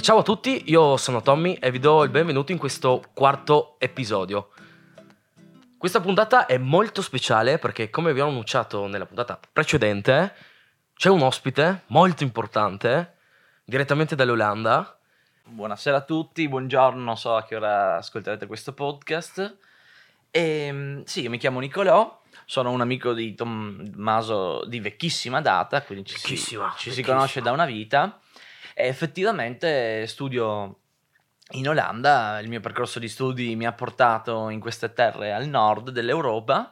Ciao a tutti, io sono Tommy e vi do il benvenuto in questo quarto episodio. Questa puntata è molto speciale perché, come vi ho annunciato nella puntata precedente, c'è un ospite molto importante direttamente dall'Olanda. Buonasera a tutti, buongiorno, non so a che ora ascolterete questo podcast. Sì, io mi chiamo Nicolò, sono un amico di Tommaso di vecchissima data, quindi ci si conosce da una vita e effettivamente studio in Olanda. Il mio percorso di studi mi ha portato in queste terre al nord dell'Europa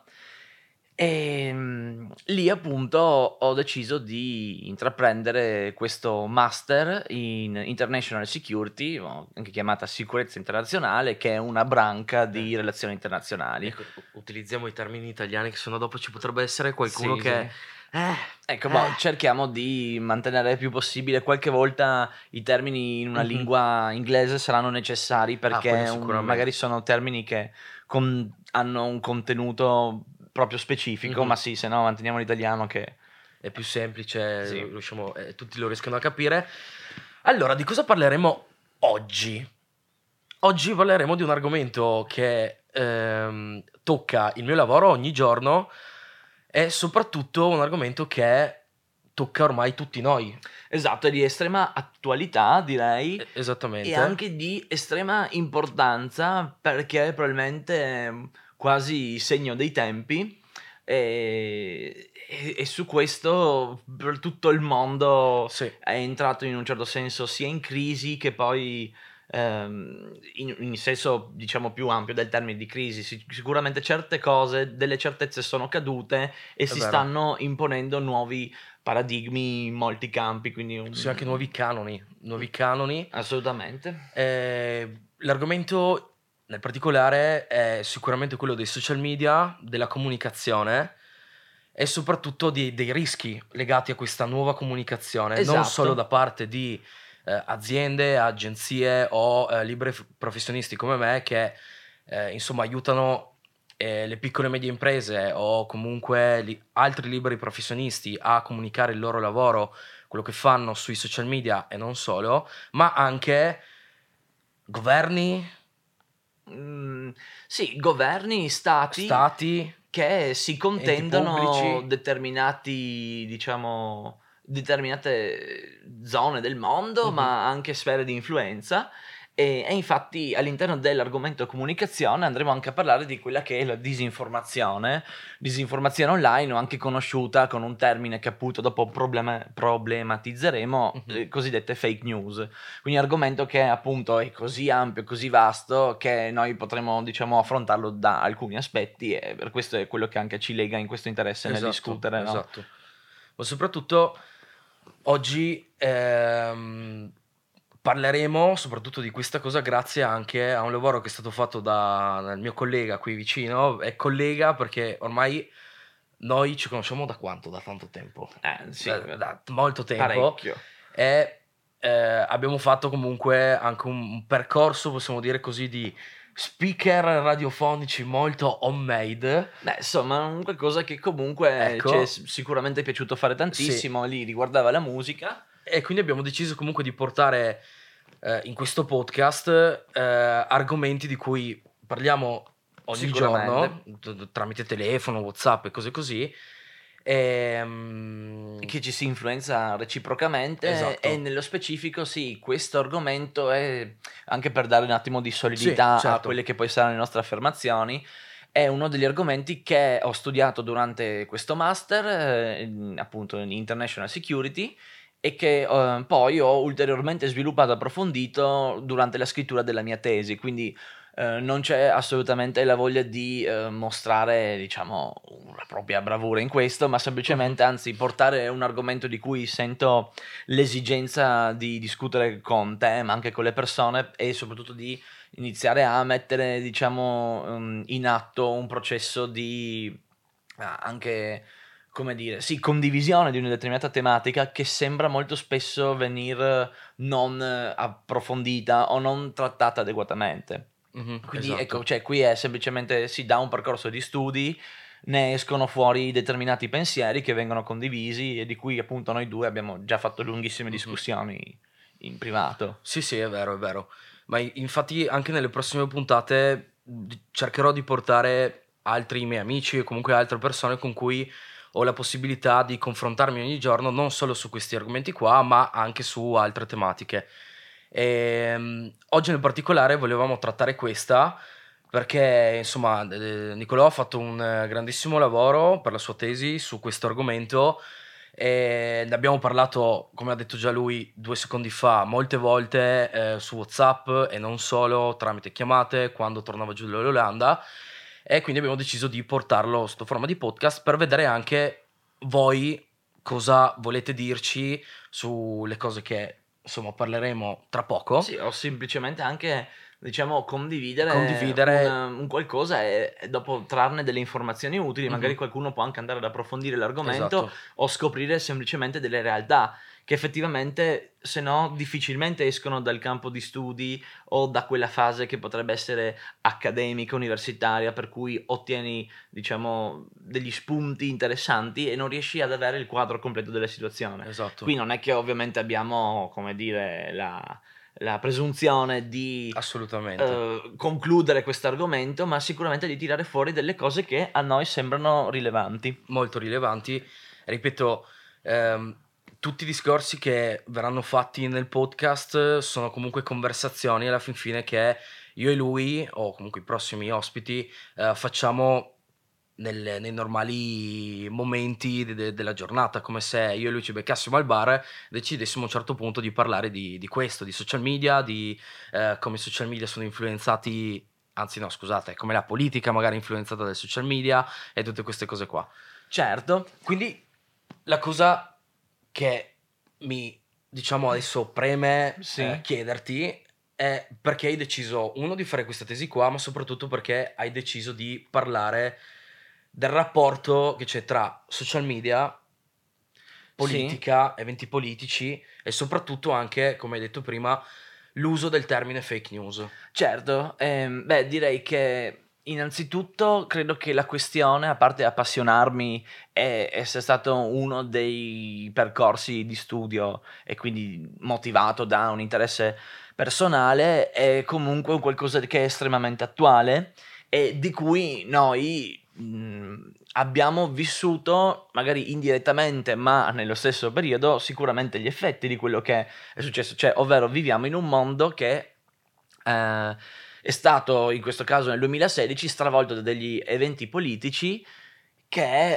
e lì appunto ho deciso di intraprendere questo master in International Security, o anche chiamata sicurezza internazionale, che è una branca di relazioni internazionali. Ecco, utilizziamo i termini italiani, che sennò dopo ci potrebbe essere qualcuno Sì, che... Cerchiamo di mantenere il più possibile. Qualche volta i termini in una lingua inglese saranno necessari perché quello sicuramente. magari sono termini che hanno un contenuto proprio specifico, ma sì, se no manteniamo l'italiano che è più semplice, sì. riusciamo, tutti lo riescono a capire. Allora, di cosa parleremo oggi? Oggi parleremo di un argomento che tocca il mio lavoro ogni giorno e soprattutto un argomento che tocca ormai tutti noi. Esatto, è di estrema attualità, direi. Esattamente. E anche di estrema importanza perché probabilmente è quasi segno dei tempi e su questo per tutto il mondo Sì. è entrato in un certo senso sia in crisi che poi in senso diciamo più ampio del termine di crisi. Sicuramente certe cose, delle certezze sono cadute e si vero. stanno imponendo nuovi paradigmi in molti campi, quindi Sì, anche nuovi canoni. Assolutamente. L'argomento nel particolare è sicuramente quello dei social media, della comunicazione e soprattutto dei rischi legati a questa nuova comunicazione, non Esatto. solo da parte di aziende, agenzie o liberi professionisti come me che insomma aiutano le piccole e medie imprese o comunque altri liberi professionisti a comunicare il loro lavoro, quello che fanno sui social media e non solo, ma anche governi, Sì, governi, stati che si contendono pubblici. determinate zone del mondo, ma anche sfere di influenza. E infatti all'interno dell'argomento comunicazione andremo anche a parlare di quella che è la disinformazione online, o anche conosciuta con un termine che appunto dopo problematizzeremo, cosiddette fake news. Quindi un argomento che appunto è così ampio, così vasto, che noi potremo diciamo affrontarlo da alcuni aspetti, e per questo è quello che anche ci lega in questo interesse nel discutere, no? Esatto. Ma soprattutto oggi parleremo soprattutto di questa cosa grazie anche a un lavoro che è stato fatto dal mio collega qui vicino. È collega perché ormai noi ci conosciamo da quanto? Da tanto tempo. Sì, da molto tempo. parecchio. E abbiamo fatto comunque anche un percorso, possiamo dire così, di speaker radiofonici molto homemade. Beh, insomma, un qualcosa che comunque Ecco. ci è sicuramente piaciuto fare tantissimo. Lì riguardava la musica. E quindi abbiamo deciso comunque di portare in questo podcast argomenti di cui parliamo ogni giorno tramite telefono, WhatsApp e cose così. Che ci si influenza reciprocamente. Esatto. E nello specifico sì, questo argomento è, anche per dare un attimo di solidità a quelle che poi saranno le nostre affermazioni, è uno degli argomenti che ho studiato durante questo master, appunto in International Security, e che poi ho ulteriormente sviluppato e approfondito durante la scrittura della mia tesi. Quindi non c'è assolutamente la voglia di mostrare, diciamo, una propria bravura in questo, ma semplicemente, anzi, portare un argomento di cui sento l'esigenza di discutere con te, ma anche con le persone, e soprattutto di iniziare a mettere, diciamo, in atto un processo di anche, come dire, sì, condivisione di una determinata tematica che sembra molto spesso venir non approfondita o non trattata adeguatamente. Quindi ecco, cioè qui è semplicemente si dà un percorso di studi, ne escono fuori determinati pensieri che vengono condivisi e di cui appunto noi due abbiamo già fatto lunghissime discussioni in privato. Sì, è vero. Ma infatti anche nelle prossime puntate cercherò di portare altri miei amici o comunque altre persone con cui ho la possibilità di confrontarmi ogni giorno, non solo su questi argomenti qua, ma anche su altre tematiche. Oggi nel particolare volevamo trattare questa perché, insomma, Nicolò ha fatto un grandissimo lavoro per la sua tesi su questo argomento e ne abbiamo parlato, come ha detto già lui 2 secondi fa, molte volte su WhatsApp e non solo, tramite chiamate, quando tornava giù dall'Olanda, e quindi abbiamo deciso di portarlo sotto forma di podcast per vedere anche voi cosa volete dirci sulle cose che, insomma, parleremo tra poco. Sì, o semplicemente anche, diciamo, condividere un qualcosa e dopo trarne delle informazioni utili, magari qualcuno può anche andare ad approfondire l'argomento, Esatto. o scoprire semplicemente delle realtà che effettivamente, se no, difficilmente escono dal campo di studi o da quella fase che potrebbe essere accademica, universitaria, per cui ottieni, diciamo, degli spunti interessanti e non riesci ad avere il quadro completo della situazione. Esatto. Qui non è che ovviamente abbiamo, come dire, la presunzione di Assolutamente. concludere questo argomento, ma sicuramente di tirare fuori delle cose che a noi sembrano rilevanti. Molto rilevanti. Ripeto, tutti i discorsi che verranno fatti nel podcast sono comunque conversazioni alla fin fine che io e lui, o comunque i prossimi ospiti, facciamo nei normali momenti della giornata, come se io e lui ci beccassimo al bar e decidessimo a un certo punto di parlare di questo, di social media, di come i social media sono influenzati, anzi no, scusate, come la politica magari è influenzata dai social media e tutte queste cose qua. Certo. Quindi la cosa che mi, diciamo, adesso preme Sì. chiederti è perché hai deciso, uno, di fare questa tesi qua, ma soprattutto perché hai deciso di parlare del rapporto che c'è tra social media, politica, eventi politici e soprattutto anche, come hai detto prima, l'uso del termine fake news. Certo, direi che innanzitutto credo che la questione, a parte appassionarmi e essere stato uno dei percorsi di studio e quindi motivato da un interesse personale, è comunque un qualcosa che è estremamente attuale e di cui noi abbiamo vissuto, magari indirettamente, ma nello stesso periodo, sicuramente gli effetti di quello che è successo, cioè, ovvero viviamo in un mondo che è stato, in questo caso nel 2016, stravolto da degli eventi politici che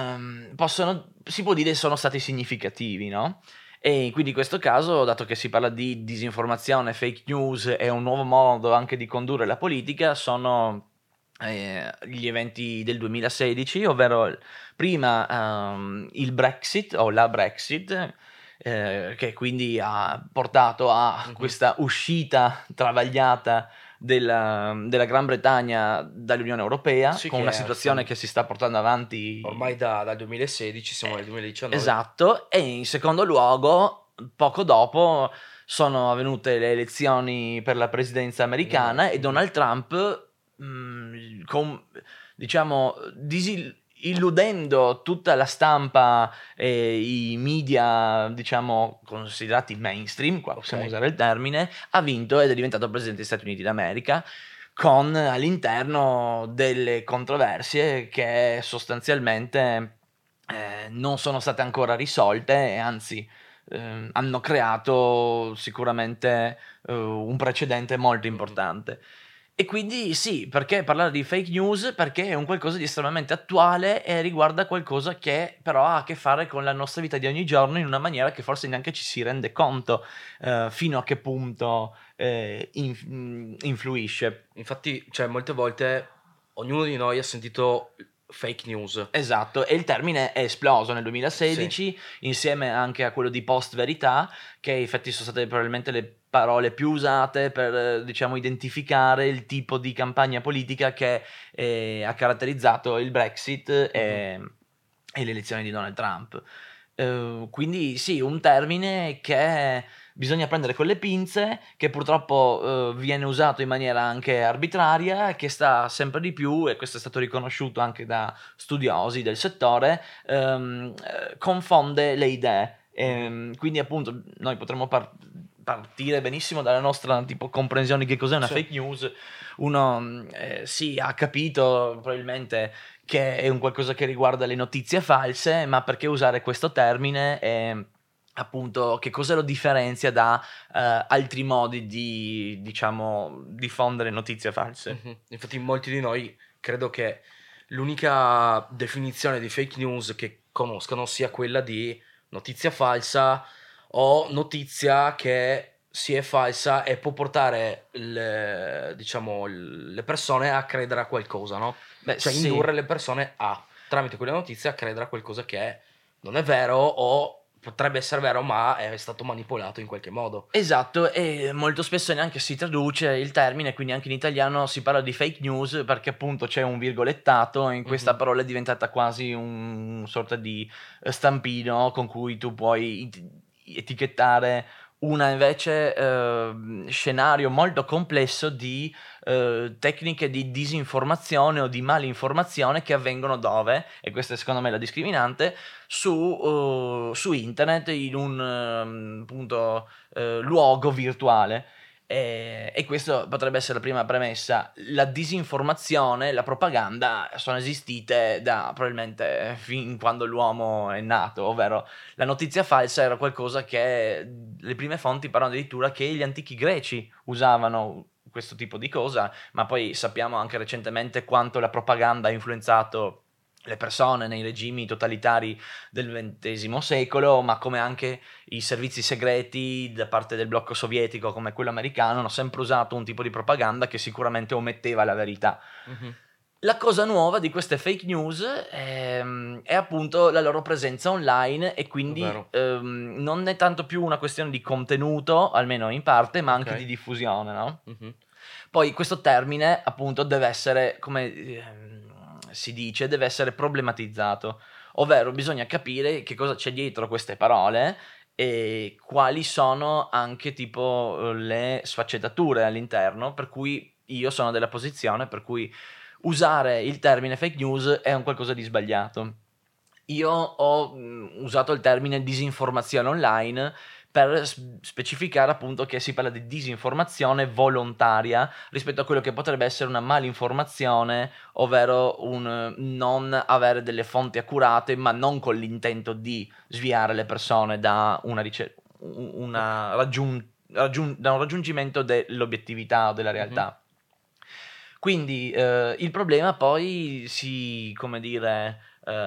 si può dire sono stati significativi, no? E quindi in questo caso, dato che si parla di disinformazione, fake news e un nuovo modo anche di condurre la politica, sono gli eventi del 2016, ovvero prima il Brexit o la Brexit, che quindi ha portato a questa uscita travagliata della Gran Bretagna dall'Unione Europea, Sì, con che una situazione che si sta portando avanti ormai dal 2016, siamo nel 2019. Esatto, e in secondo luogo, poco dopo, sono avvenute le elezioni per la presidenza americana e Donald Trump, diciamo, illudendo tutta la stampa e i media, diciamo, considerati mainstream, qua possiamo usare il termine, ha vinto ed è diventato presidente degli Stati Uniti d'America, con all'interno delle controversie che sostanzialmente non sono state ancora risolte e anzi hanno creato sicuramente un precedente molto importante. E quindi sì, perché parlare di fake news? Perché è un qualcosa di estremamente attuale e riguarda qualcosa che però ha a che fare con la nostra vita di ogni giorno in una maniera che forse neanche ci si rende conto fino a che punto influisce. Infatti, cioè, molte volte ognuno di noi ha sentito fake news. Esatto, e il termine è esploso nel 2016 insieme anche a quello di post-verità, che infatti sono state probabilmente le parole più usate per, diciamo, identificare il tipo di campagna politica che ha caratterizzato il Brexit e le elezioni di Donald Trump. Quindi sì, un termine che bisogna prendere con le pinze, che purtroppo viene usato in maniera anche arbitraria, che sta sempre di più, e questo è stato riconosciuto anche da studiosi del settore, confonde le idee. Quindi appunto noi potremmo partire benissimo dalla nostra tipo comprensione di che cos'è una Sì. fake news, uno sì, ha capito probabilmente che è un qualcosa che riguarda le notizie false, ma perché usare questo termine e appunto che cosa lo differenzia da altri modi di, diciamo, diffondere notizie false. Infatti molti di noi credo che l'unica definizione di fake news che conoscano sia quella di notizia falsa o notizia che si è falsa e può portare diciamo, le persone a credere a qualcosa, no? Beh, Cioè sì. indurre le persone tramite quella notizia, a credere a qualcosa che non è vero o potrebbe essere vero ma è stato manipolato in qualche modo. Esatto, e molto spesso neanche si traduce il termine, quindi anche in italiano si parla di fake news perché appunto c'è un virgolettato, in questa parola è diventata quasi un sorta di stampino con cui tu puoi etichettare una invece scenario molto complesso di tecniche di disinformazione o di malinformazione che avvengono dove, e questa è secondo me la discriminante, su internet in un appunto luogo virtuale. E questo potrebbe essere la prima premessa. La disinformazione, la propaganda sono esistite da probabilmente fin quando l'uomo è nato, ovvero la notizia falsa era qualcosa che le prime fonti parlano addirittura che gli antichi greci usavano questo tipo di cosa, ma poi sappiamo anche recentemente quanto la propaganda ha influenzato le persone nei regimi totalitari del XX secolo, ma come anche i servizi segreti da parte del blocco sovietico come quello americano hanno sempre usato un tipo di propaganda che sicuramente ometteva la verità. La cosa nuova di queste fake news è appunto la loro presenza online e quindi non è tanto più una questione di contenuto, almeno in parte, ma anche di diffusione, no? Poi questo termine appunto deve essere, come si dice, deve essere problematizzato, ovvero bisogna capire che cosa c'è dietro queste parole e quali sono anche tipo le sfaccettature all'interno, per cui io sono della posizione per cui usare il termine fake news è un qualcosa di sbagliato. Io ho usato il termine disinformazione online per specificare appunto che si parla di disinformazione volontaria rispetto a quello che potrebbe essere una malinformazione, ovvero un non avere delle fonti accurate, ma non con l'intento di sviare le persone da da un raggiungimento dell'obiettività o della realtà. Quindi il problema poi come dire,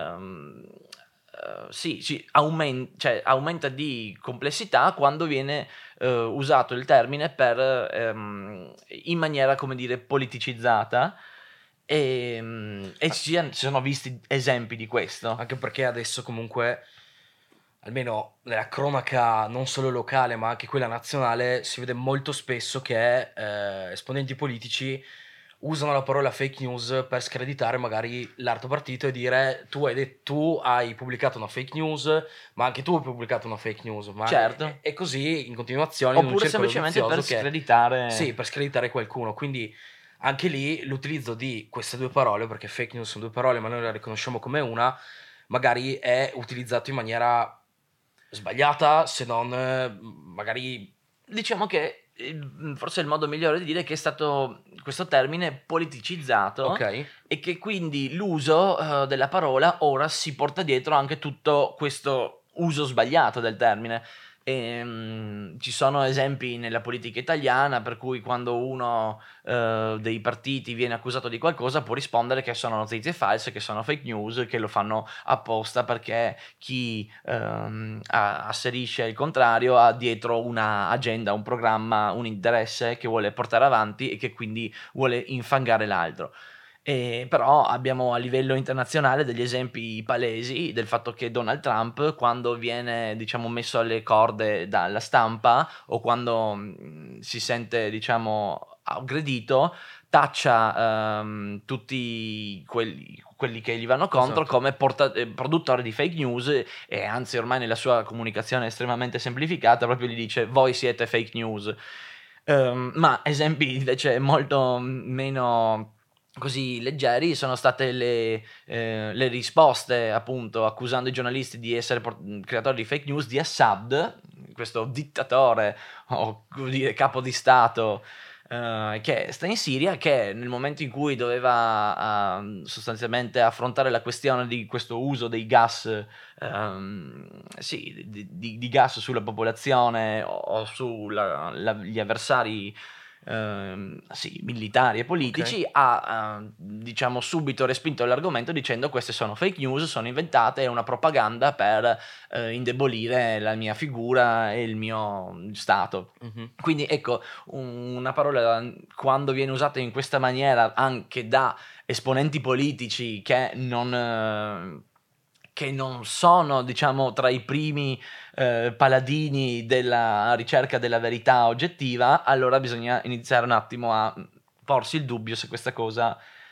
sì, aumenta di complessità quando viene usato il termine in maniera, come dire, politicizzata e ci sono visti esempi di questo. Anche perché adesso comunque, almeno nella cronaca non solo locale ma anche quella nazionale, si vede molto spesso che esponenti politici usano la parola fake news per screditare magari l'altro partito e dire tu hai pubblicato una fake news, ma anche tu hai pubblicato una fake news. Certo. E così in continuazione, in un Oppure circolo semplicemente per vizioso screditare. sì, per screditare qualcuno. Quindi anche lì l'utilizzo di queste due parole, perché fake news sono due parole ma noi la riconosciamo come una, magari è utilizzato in maniera sbagliata, se non magari... Diciamo che forse il modo migliore di dire è che è stato questo termine politicizzato, Ok. e che quindi l'uso della parola ora si porta dietro anche tutto questo uso sbagliato del termine. Ci sono esempi nella politica italiana per cui quando uno dei partiti viene accusato di qualcosa può rispondere che sono notizie false, che sono fake news, che lo fanno apposta perché chi asserisce il contrario ha dietro una agenda, un programma, un interesse che vuole portare avanti e che quindi vuole infangare l'altro. Però abbiamo a livello internazionale degli esempi palesi del fatto che Donald Trump, quando viene diciamo messo alle corde dalla stampa o quando si sente diciamo aggredito, taccia tutti quelli che gli vanno contro, Esatto. come produttore di fake news, e anzi ormai nella sua comunicazione estremamente semplificata proprio gli dice voi siete fake news. Ma esempi invece molto meno così leggeri sono state le risposte, appunto, accusando i giornalisti di essere creatori di fake news di Assad, questo dittatore o come dire, capo di Stato che sta in Siria, che nel momento in cui doveva sostanzialmente affrontare la questione di questo uso dei gas, di gas sulla popolazione o sugli avversari militari e politici, ha diciamo subito respinto l'argomento dicendo: queste sono fake news, sono inventate, è una propaganda per indebolire la mia figura e il mio stato. Quindi ecco, una parola quando viene usata in questa maniera anche da esponenti politici che non sono, diciamo, tra i primi paladini della ricerca della verità oggettiva, allora bisogna iniziare un attimo a porsi il dubbio se questa cosa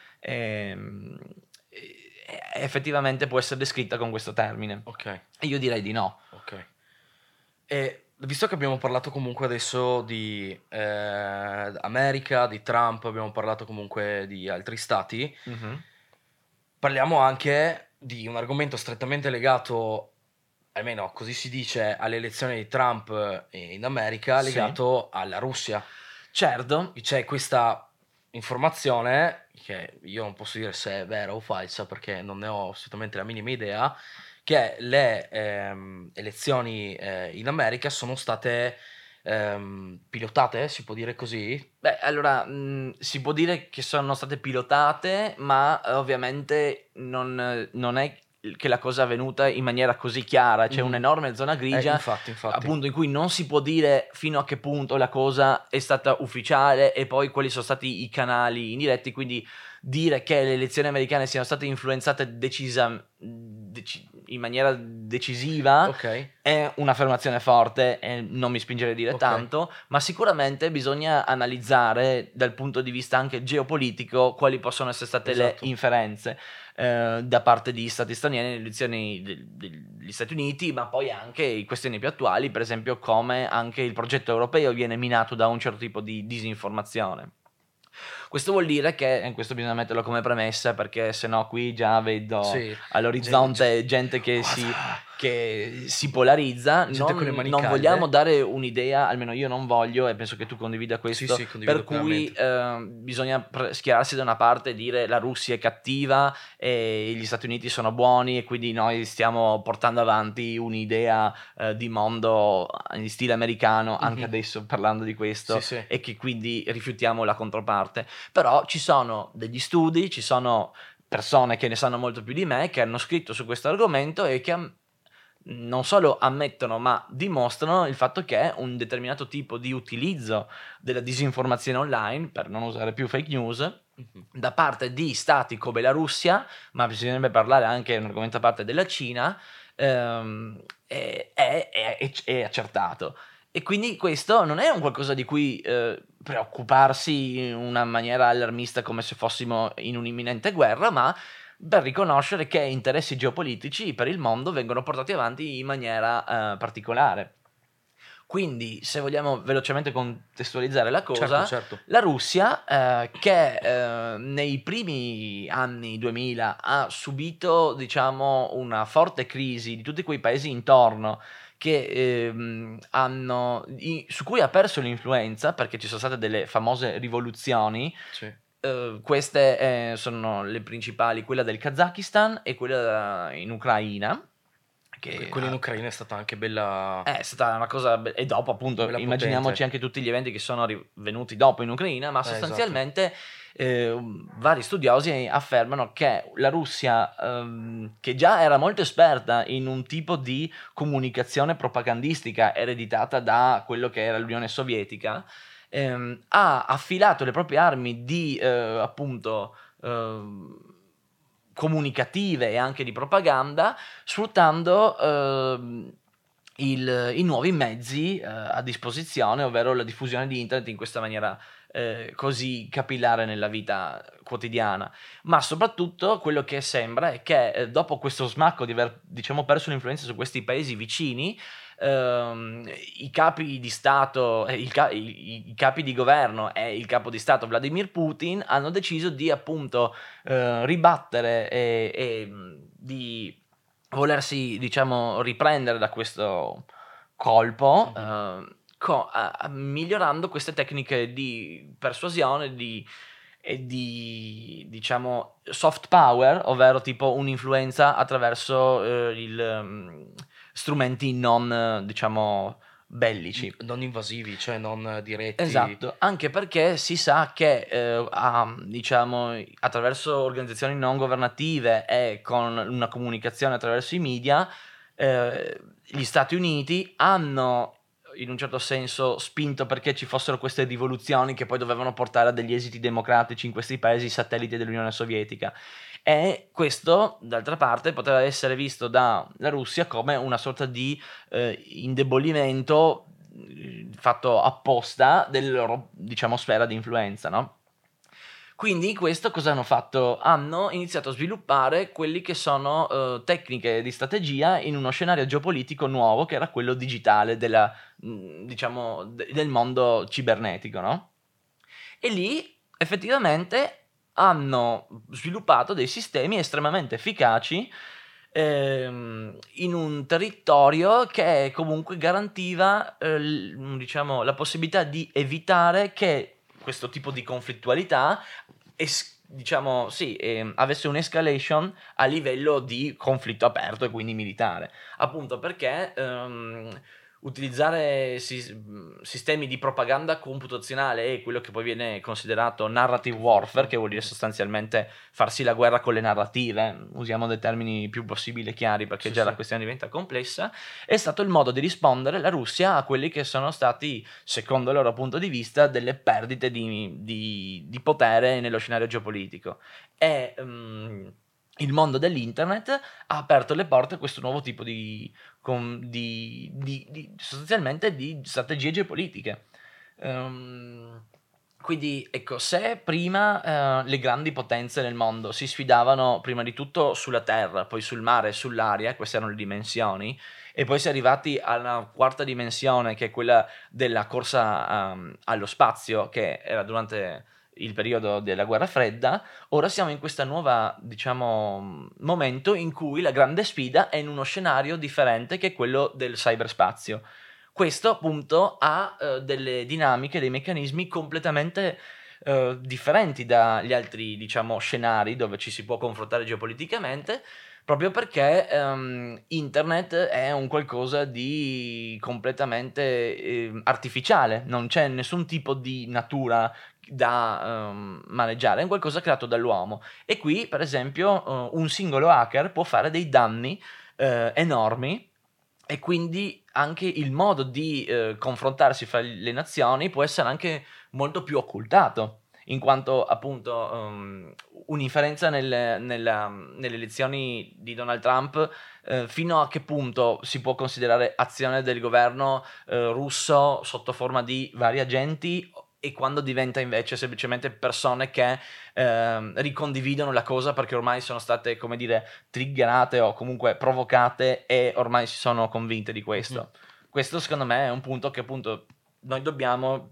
effettivamente può essere descritta con questo termine. E io direi di no. E visto che abbiamo parlato comunque adesso di America, di Trump, abbiamo parlato comunque di altri stati, parliamo anche di un argomento strettamente legato, almeno così si dice, alle elezioni di Trump in America, legato alla Russia. Certo. C'è questa informazione, che io non posso dire se è vera o falsa perché non ne ho assolutamente la minima idea, che le elezioni in America sono state pilotate, si può dire così? Beh, allora, si può dire che sono state pilotate, ma ovviamente non è che la cosa è avvenuta in maniera così chiara, c'è un'enorme zona grigia, infatti. appunto, in cui non si può dire fino a che punto la cosa è stata ufficiale e poi quali sono stati i canali indiretti, quindi dire che le elezioni americane siano state influenzate in maniera decisiva è un'affermazione forte e non mi spingerei a dire tanto, ma sicuramente bisogna analizzare dal punto di vista anche geopolitico quali possono essere state le inferenze da parte di stati stranieri nelle elezioni degli Stati Uniti, ma poi anche questioni più attuali, per esempio come anche il progetto europeo viene minato da un certo tipo di disinformazione. Questo vuol dire che, questo bisogna metterlo come premessa, perché sennò qui già vedo all'orizzonte gente che si polarizza. Non vogliamo dare un'idea, almeno io non voglio, e penso che tu condivida questo, per cui bisogna schierarsi da una parte e dire la Russia è cattiva e gli Stati Uniti sono buoni e quindi noi stiamo portando avanti un'idea di mondo in stile americano, anche adesso parlando di questo, e che quindi rifiutiamo la controparte. Però ci sono degli studi, ci sono persone che ne sanno molto più di me, che hanno scritto su questo argomento e che non solo ammettono ma dimostrano il fatto che un determinato tipo di utilizzo della disinformazione online, per non usare più fake news, da parte di stati come la Russia, ma bisognerebbe parlare anche, un argomento a parte, della Cina, è accertato. E quindi questo non è un qualcosa di cui preoccuparsi in una maniera allarmista come se fossimo in un'imminente guerra, ma per riconoscere che interessi geopolitici per il mondo vengono portati avanti in maniera particolare. Quindi, se vogliamo velocemente contestualizzare la cosa, la Russia, che nei primi anni 2000 ha subito, diciamo, una forte crisi di tutti quei paesi intorno che su cui ha perso l'influenza, perché ci sono state delle famose rivoluzioni. Queste sono le principali, quella del Kazakistan e quella in Ucraina. Quella in Ucraina è stata anche bella. È stata una cosa. E dopo, appunto, immaginiamoci potente. Anche tutti gli eventi che sono venuti dopo in Ucraina, ma sostanzialmente vari studiosi affermano che la Russia, che già era molto esperta in un tipo di comunicazione propagandistica ereditata da quello che era l'Unione Sovietica, ha affilato le proprie armi di comunicative e anche di propaganda, sfruttando i nuovi mezzi a disposizione, ovvero la diffusione di internet in questa maniera così capillare nella vita quotidiana. Ma soprattutto quello che sembra è che dopo questo smacco di aver, diciamo, perso l'influenza su questi paesi vicini, i capi di Stato, i capi di governo e il capo di Stato Vladimir Putin hanno deciso di, appunto, ribattere e di volersi, diciamo, riprendere da questo colpo, migliorando queste tecniche di persuasione e di, diciamo, soft power, ovvero tipo un'influenza attraverso strumenti non, diciamo, bellici. Non invasivi, cioè non diretti. Esatto, anche perché si sa che diciamo, attraverso organizzazioni non governative e con una comunicazione attraverso i media, gli Stati Uniti hanno in un certo senso spinto perché ci fossero queste rivoluzioni che poi dovevano portare a degli esiti democratici in questi paesi satelliti dell'Unione Sovietica. E questo, d'altra parte, poteva essere visto dalla Russia come una sorta di indebolimento fatto apposta della loro, diciamo, sfera di influenza, no? Quindi questo cosa hanno fatto? Hanno iniziato a sviluppare quelli che sono tecniche di strategia in uno scenario geopolitico nuovo che era quello digitale diciamo, del mondo cibernetico, no? E lì effettivamente hanno sviluppato dei sistemi estremamente efficaci in un territorio che comunque garantiva diciamo, la possibilità di evitare che questo tipo di conflittualità diciamo, sì, avesse un'escalation a livello di conflitto aperto e quindi militare, appunto perché utilizzare sistemi di propaganda computazionale e quello che poi viene considerato narrative warfare, che vuol dire sostanzialmente farsi la guerra con le narrative, usiamo dei termini più possibile chiari perché già la questione diventa complessa, è stato il modo di rispondere la Russia a quelli che sono stati, secondo il loro punto di vista, delle perdite di potere nello scenario geopolitico. E il mondo dell'internet ha aperto le porte a questo nuovo tipo sostanzialmente di strategie geopolitiche. Quindi ecco, se prima le grandi potenze nel mondo si sfidavano prima di tutto sulla terra, poi sul mare e sull'aria, queste erano le dimensioni, e poi si è arrivati alla quarta dimensione che è quella della corsa allo spazio, che era durante il periodo della guerra fredda. Ora siamo in questa nuova, diciamo, momento in cui la grande sfida è in uno scenario differente che è quello del cyberspazio. Questo appunto ha delle dinamiche, dei meccanismi completamente differenti dagli altri, diciamo, scenari dove ci si può confrontare geopoliticamente, proprio perché internet è un qualcosa di completamente artificiale, non c'è nessun tipo di natura da maneggiare, è un qualcosa creato dall'uomo. E qui, per esempio, un singolo hacker può fare dei danni enormi, e quindi anche il modo di confrontarsi fra le nazioni può essere anche molto più occultato, in quanto appunto un'inferenza nelle elezioni di Donald Trump, fino a che punto si può considerare azione del governo russo sotto forma di vari agenti, e quando diventa invece semplicemente persone che ricondividono la cosa perché ormai sono state, come dire, triggerate o comunque provocate e ormai si sono convinte di questo. Questo secondo me è un punto che appunto noi dobbiamo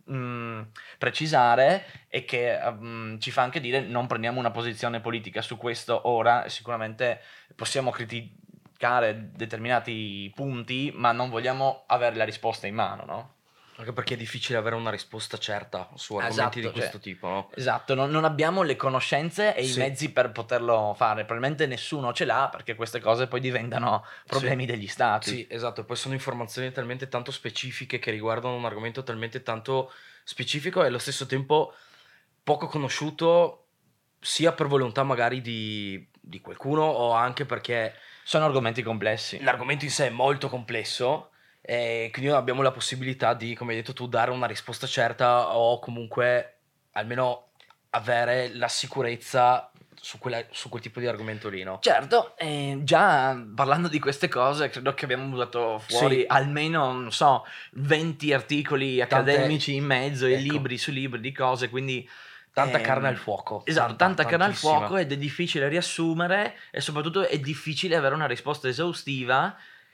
precisare, e che ci fa anche dire non prendiamo una posizione politica su questo ora. Sicuramente possiamo criticare determinati punti, ma non vogliamo avere la risposta in mano, no? Anche perché è difficile avere una risposta certa su argomenti di questo tipo, no? Esatto, non abbiamo le conoscenze e i mezzi per poterlo fare. Probabilmente nessuno ce l'ha, perché queste cose poi diventano problemi degli stati. Sì, esatto. Poi sono informazioni talmente tanto specifiche che riguardano un argomento talmente tanto specifico e allo stesso tempo poco conosciuto, sia per volontà magari di qualcuno o anche perché sono argomenti complessi. L'argomento in sé è molto complesso, e quindi non abbiamo la possibilità di, come hai detto tu, dare una risposta certa o comunque almeno avere la sicurezza su quel tipo di argomento lì, no? Certo, già parlando di queste cose credo che abbiamo buttato fuori almeno, non so, 20 articoli accademici in mezzo, e libri su libri di cose, quindi tanta carne al fuoco. Esatto, tanta carne al fuoco, ed è difficile riassumere e soprattutto è difficile avere una risposta esaustiva,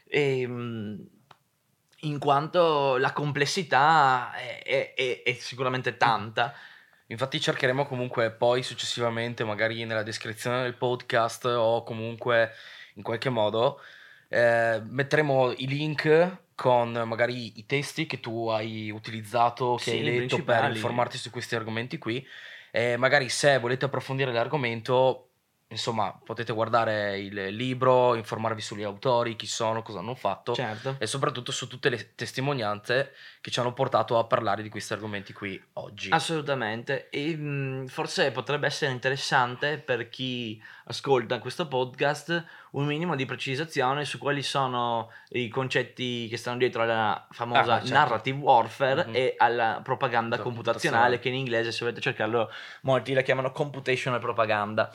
in quanto la complessità è sicuramente tanta. Infatti cercheremo comunque poi successivamente, magari nella descrizione del podcast o comunque in qualche modo, metteremo i link con magari i testi che tu hai utilizzato, che Sì, hai letto per principali. informarti su questi argomenti qui. E magari se volete approfondire l'argomento, insomma, potete guardare il libro, informarvi sugli autori, chi sono, cosa hanno fatto Certo. e soprattutto su tutte le testimonianze che ci hanno portato a parlare di questi argomenti qui oggi. Assolutamente, e forse potrebbe essere interessante per chi ascolta questo podcast un minimo di precisazione su quali sono i concetti che stanno dietro alla famosa Certo. narrative warfare Mhm. e alla propaganda Esatto, computazionale, che in inglese, se volete cercarlo, molti la chiamano computational propaganda.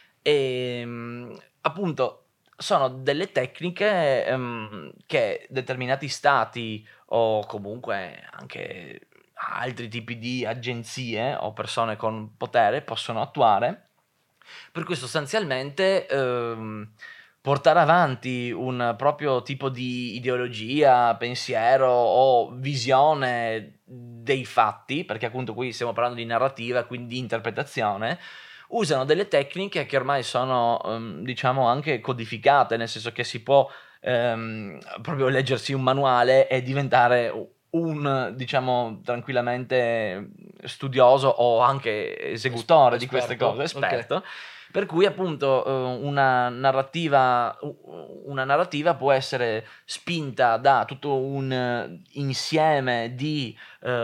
Appunto sono delle tecniche che determinati stati o comunque anche altri tipi di agenzie o persone con potere possono attuare, per cui sostanzialmente portare avanti un proprio tipo di ideologia, pensiero o visione dei fatti, perché appunto qui stiamo parlando di narrativa, quindi di interpretazione, usano delle tecniche che ormai sono diciamo anche codificate, nel senso che si può proprio leggersi un manuale e diventare un, diciamo, tranquillamente studioso o anche esecutore di queste cose, esperto. Ok. Per cui appunto una narrativa può essere spinta da tutto un insieme di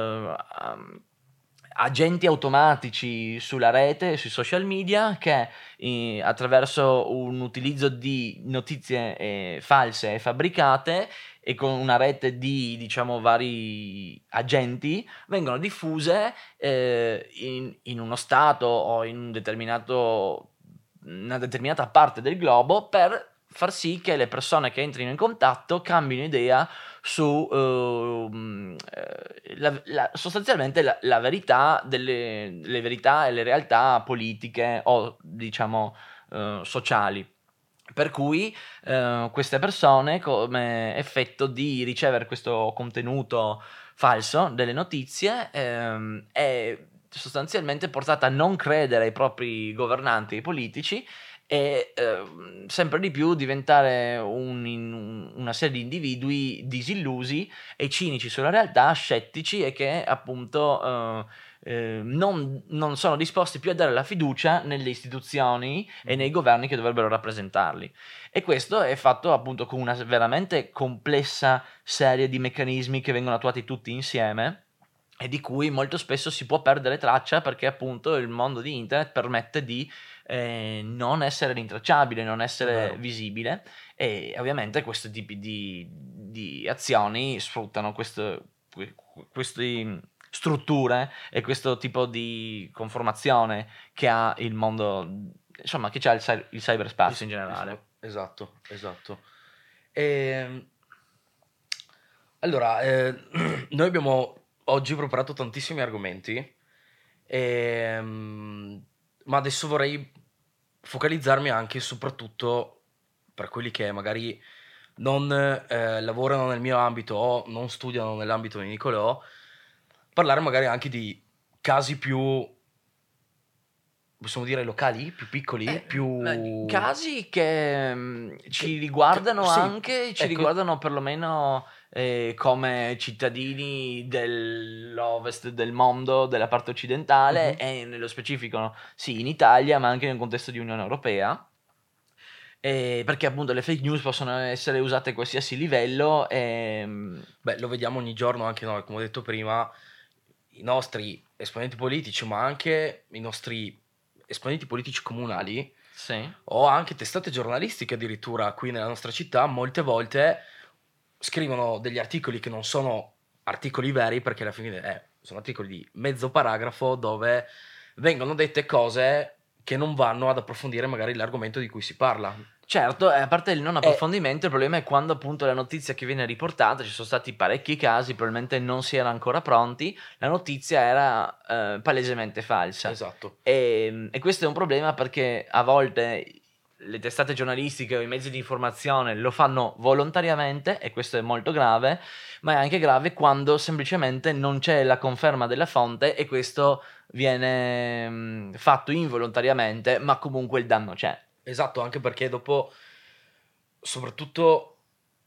agenti automatici sulla rete, sui social media, che attraverso un utilizzo di notizie false e fabbricate e con una rete di, diciamo, vari agenti vengono diffuse in uno stato o in una determinata parte del globo, per far sì che le persone che entrino in contatto cambino idea su sostanzialmente la verità le verità e le realtà politiche o diciamo sociali. Per cui queste persone, come effetto di ricevere questo contenuto falso delle notizie, è sostanzialmente portata a non credere ai propri governanti e ai politici e sempre di più diventare una serie di individui disillusi e cinici sulla realtà, scettici e che appunto non sono disposti più a dare la fiducia nelle istituzioni e nei governi che dovrebbero rappresentarli. E questo è fatto appunto con una veramente complessa serie di meccanismi che vengono attuati tutti insieme e di cui molto spesso si può perdere traccia, perché appunto il mondo di internet permette di non essere rintracciabile, non essere visibile, e ovviamente questi tipi di azioni sfruttano queste strutture e questo tipo di conformazione che ha il mondo, insomma, che c'ha il cyberspazio in generale. Esatto. Allora, noi abbiamo oggi preparato tantissimi argomenti, ma adesso vorrei focalizzarmi anche e soprattutto per quelli che magari non lavorano nel mio ambito o non studiano nell'ambito di Nicolò, parlare magari anche di casi più, possiamo dire, locali, più piccoli, più... Casi che ci riguardano sì, anche, ci ecco. riguardano perlomeno come cittadini dell'ovest del mondo, della parte occidentale, e nello specifico sì in Italia, ma anche nel contesto di Unione Europea. Perché appunto le fake news possono essere usate a qualsiasi livello. Beh, lo vediamo ogni giorno anche noi, come ho detto prima, i nostri esponenti politici, ma anche i nostri esponenti politici comunali, Sì. o anche testate giornalistiche addirittura qui nella nostra città, molte volte scrivono degli articoli che non sono articoli veri, perché alla fine sono articoli di mezzo paragrafo dove vengono dette cose che non vanno ad approfondire magari l'argomento di cui si parla. Certo, a parte il non approfondimento, il problema è quando appunto la notizia che viene riportata, ci sono stati parecchi casi, probabilmente non si era ancora pronti, la notizia era palesemente falsa. Esatto. E questo è un problema perché a volte le testate giornalistiche o i mezzi di informazione lo fanno volontariamente, e questo è molto grave, ma è anche grave quando semplicemente non c'è la conferma della fonte e questo viene fatto involontariamente, ma comunque il danno c'è. Esatto, anche perché dopo, soprattutto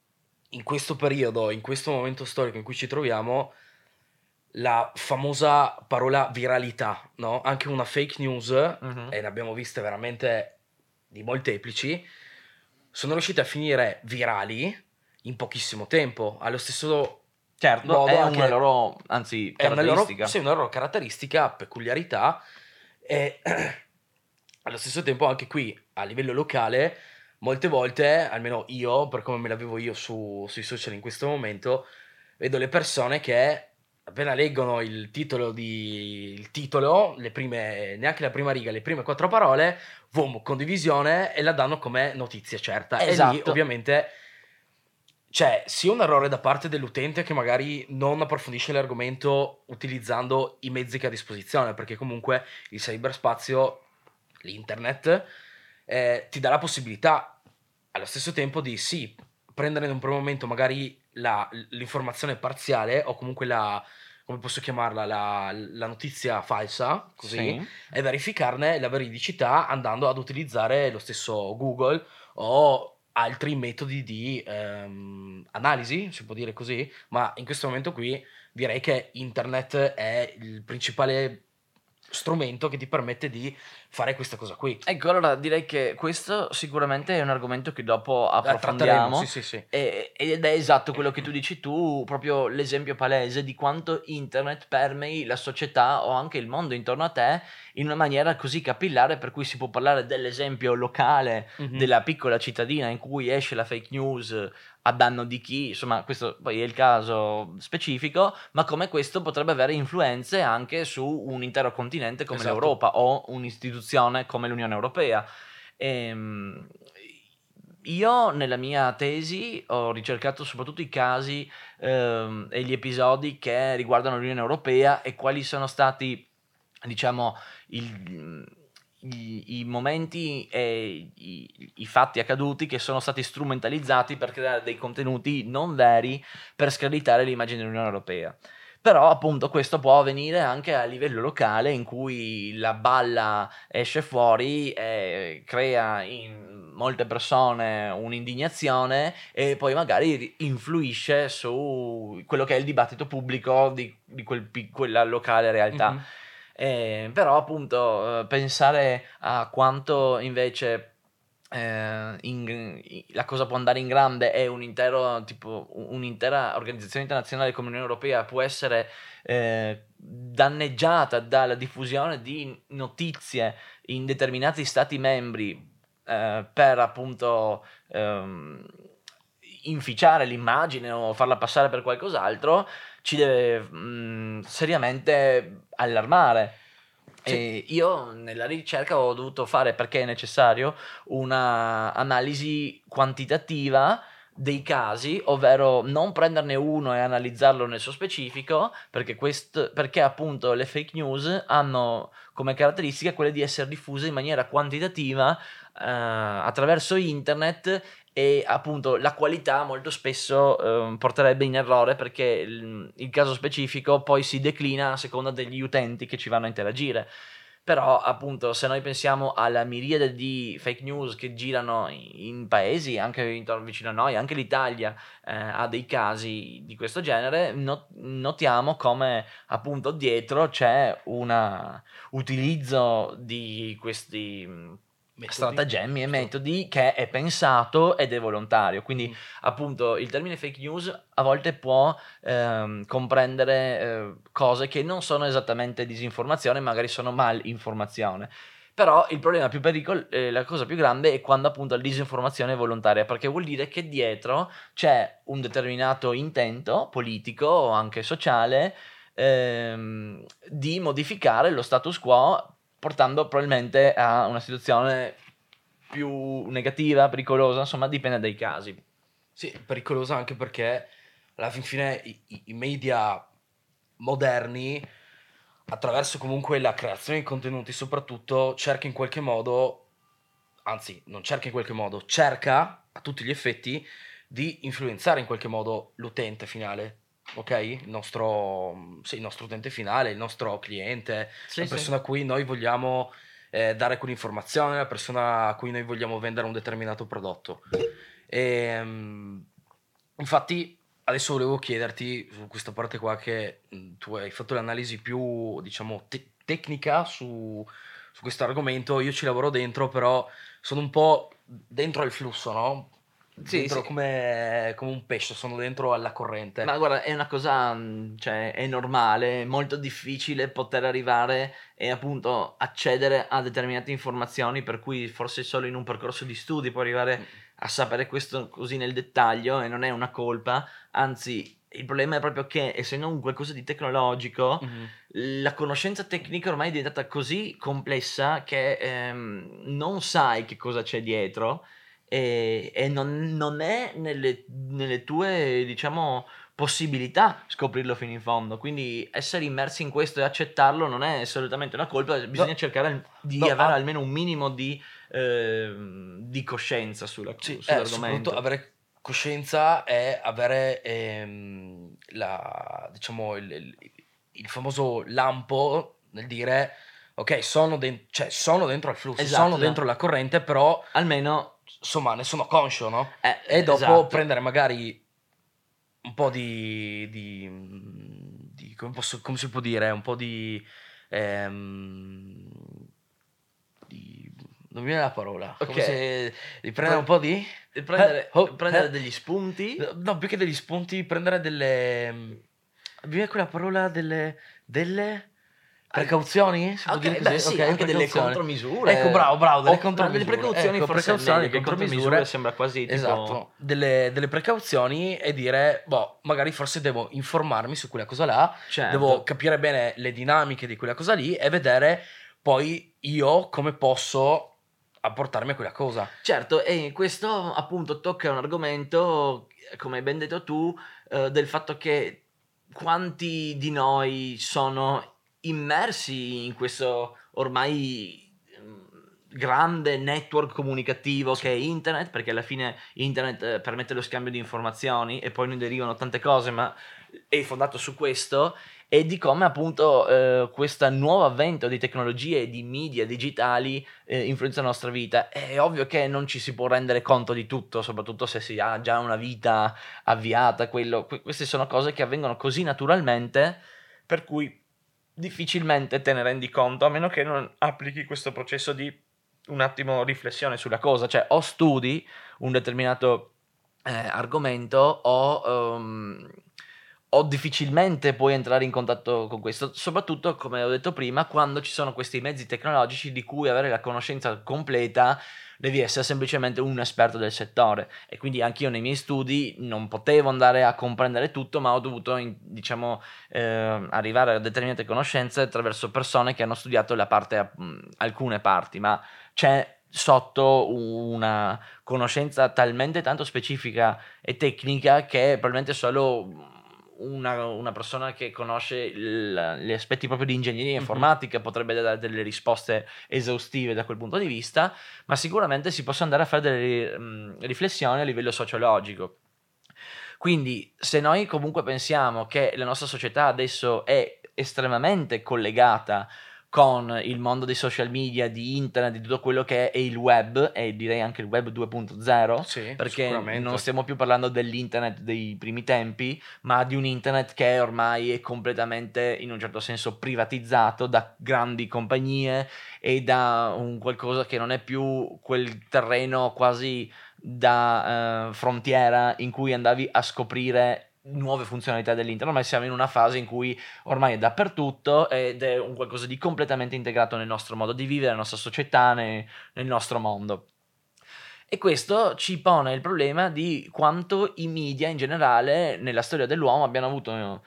in questo periodo, in questo momento storico in cui ci troviamo, la famosa parola viralità, no? Anche una fake news, e ne abbiamo viste veramente di molteplici, sono riuscite a finire virali in pochissimo tempo. Allo stesso certo, modo è anche, una loro, anzi, è caratteristica. una loro caratteristica, peculiarità, e allo stesso tempo anche qui a livello locale molte volte, almeno io, per come me la vivo io sui social in questo momento, vedo le persone che appena leggono il titolo, le prime, neanche la prima riga, le prime 4 parole, boom, condivisione, e la danno come notizia certa. E lì Esatto. ovviamente c'è sia un errore da parte dell'utente che magari non approfondisce l'argomento utilizzando i mezzi che ha a disposizione, perché comunque il cyberspazio, l'internet, ti dà la possibilità allo stesso tempo di sì, prendere in un primo momento magari l'informazione parziale, o comunque come posso chiamarla, la notizia falsa, così, Sì. e verificarne la veridicità andando ad utilizzare lo stesso Google o altri metodi di analisi, si può dire così, ma in questo momento qui direi che internet è il principale strumento che ti permette di fare questa cosa qui. Ecco, allora direi che questo sicuramente è un argomento che dopo Tratteremo, approfondiamo, sì. ed è esatto quello che tu dici tu, proprio l'esempio palese di quanto internet permei la società o anche il mondo intorno a te in una maniera così capillare, per cui si può parlare dell'esempio locale della piccola cittadina in cui esce la fake news a danno di chi, insomma questo poi è il caso specifico, ma come questo potrebbe avere influenze anche su un intero continente come Esatto. l'Europa o un'istituzione come l'Unione Europea. Io nella mia tesi ho ricercato soprattutto i casi e gli episodi che riguardano l'Unione Europea e quali sono stati, diciamo, i momenti e i fatti accaduti che sono stati strumentalizzati per creare dei contenuti non veri per screditare l'immagine dell'Unione Europea. Però appunto questo può avvenire anche a livello locale, in cui la balla esce fuori e crea in molte persone un'indignazione e poi magari influisce su quello che è il dibattito pubblico di quella locale realtà. Però appunto pensare a quanto invece la cosa può andare in grande e un'intera organizzazione internazionale come l'Unione Europea può essere danneggiata dalla diffusione di notizie in determinati stati membri per appunto inficiare l'immagine o farla passare per qualcos'altro, ci deve seriamente allarmare. Sì. E io nella ricerca ho dovuto fare, perché è necessario, una analisi quantitativa dei casi, ovvero non prenderne uno e analizzarlo nel suo specifico, perché appunto le fake news hanno come caratteristica quella di essere diffuse in maniera quantitativa attraverso internet, e appunto la qualità molto spesso porterebbe in errore, perché il caso specifico poi si declina a seconda degli utenti che ci vanno a interagire. Però appunto se noi pensiamo alla miriade di fake news che girano in paesi anche vicino a noi, anche l'Italia ha dei casi di questo genere, notiamo come appunto dietro c'è un utilizzo di questi stratagemmi e metodi che è pensato ed è volontario. Quindi appunto il termine fake news a volte può comprendere cose che non sono esattamente disinformazione, magari sono malinformazione. Però il problema più la cosa più grande è quando appunto la disinformazione è volontaria, perché vuol dire che dietro c'è un determinato intento politico o anche sociale di modificare lo status quo, portando probabilmente a una situazione più negativa, pericolosa, insomma dipende dai casi. Sì, pericolosa anche perché alla fin fine i media moderni, attraverso comunque la creazione di contenuti soprattutto, cerca in qualche modo, anzi non cerca in qualche modo, cerca a tutti gli effetti di influenzare in qualche modo l'utente finale, ok? Il nostro utente finale, il nostro cliente, la persona a cui noi vogliamo dare quell'informazione, la persona a cui noi vogliamo vendere un determinato prodotto. Infatti adesso volevo chiederti su questa parte qua che tu hai fatto l'analisi più, diciamo, tecnica su questo argomento. Io ci lavoro dentro, però sono un po' dentro il flusso, no? Sì, Dentro sì. come un pesce, sono dentro alla corrente. Ma guarda, è una cosa, cioè, è normale, è molto difficile poter arrivare e appunto accedere a determinate informazioni, per cui forse solo in un percorso di studi puoi arrivare a sapere questo così nel dettaglio, e non è una colpa, anzi il problema è proprio che, essendo un qualcosa di tecnologico, Mhm. la conoscenza tecnica ormai è diventata così complessa che non sai che cosa c'è dietro, e non è nelle tue, diciamo, possibilità scoprirlo fino in fondo. Quindi essere immersi in questo e accettarlo non è assolutamente una colpa, bisogna No, cercare di no, avere almeno un minimo di coscienza sì, soprattutto sull'argomento. avere coscienza e avere diciamo, il famoso lampo nel dire ok, cioè, sono dentro al flusso, sono Esatto, dentro esatto. la corrente, però Almeno, insomma ne sono conscio, no? E dopo esatto. prendere magari un po' come si può dire, un po' ehm, di non mi viene la parola, Ok. come se di prendere un po' di Prendere degli spunti. no, più che degli spunti, prendere mi viene quella parola delle An- precauzioni, si può dire Ok, così? beh sì, Ok, anche delle precauzioni. Ecco, contromisure. bravo, delle Delle contromisure. precauzioni Ecco, forse è precauzioni, meglio, che contromisure contromisure. sembra quasi tipo... Esatto, delle precauzioni e dire, boh, magari forse devo informarmi su quella cosa là, devo Certo, capire bene le dinamiche di quella cosa lì e vedere poi io come posso apportarmi a quella cosa. certo, e questo appunto tocca un argomento, come hai ben detto tu, del fatto che quanti di noi sono immersi in questo ormai grande network comunicativo che Sì. è internet, perché alla fine internet permette lo scambio di informazioni e poi ne derivano tante cose, ma è fondato su questo, e di come appunto questo nuovo avvento di tecnologie e di media digitali influenza la nostra vita. È ovvio che non ci si può rendere conto di tutto, soprattutto se si ha già una vita avviata. Queste sono cose che avvengono così naturalmente, per cui difficilmente te ne rendi conto, a meno che non applichi questo processo di un attimo riflessione sulla cosa, cioè o studi un determinato argomento o difficilmente puoi entrare in contatto con questo, soprattutto come ho detto prima, quando ci sono questi mezzi tecnologici di cui avere la conoscenza completa devi essere semplicemente un esperto del settore, e quindi anch'io nei miei studi non potevo andare a comprendere tutto, ma ho dovuto diciamo arrivare a determinate conoscenze attraverso persone che hanno studiato alcune parti, ma c'è sotto una conoscenza talmente tanto specifica e tecnica che probabilmente solo una persona che conosce gli aspetti proprio di ingegneria Mhm. informatica potrebbe dare delle risposte esaustive da quel punto di vista, ma sicuramente si possono andare a fare delle riflessioni a livello sociologico. Quindi, se noi comunque pensiamo che la nostra società adesso è estremamente collegata con il mondo dei social media, di internet, di tutto quello che è il web, e direi anche il web 2.0, Sì, perché non sicuramente. stiamo più parlando dell'internet dei primi tempi, ma di un internet che ormai è completamente, in un certo senso, privatizzato da grandi compagnie e da un qualcosa che non è più quel terreno quasi da frontiera in cui andavi a scoprire nuove funzionalità dell'internet, ma siamo in una fase in cui ormai è dappertutto ed è un qualcosa di completamente integrato nel nostro modo di vivere, nella nostra società, nel nostro mondo. E questo ci pone il problema di quanto i media in generale nella storia dell'uomo abbiano avuto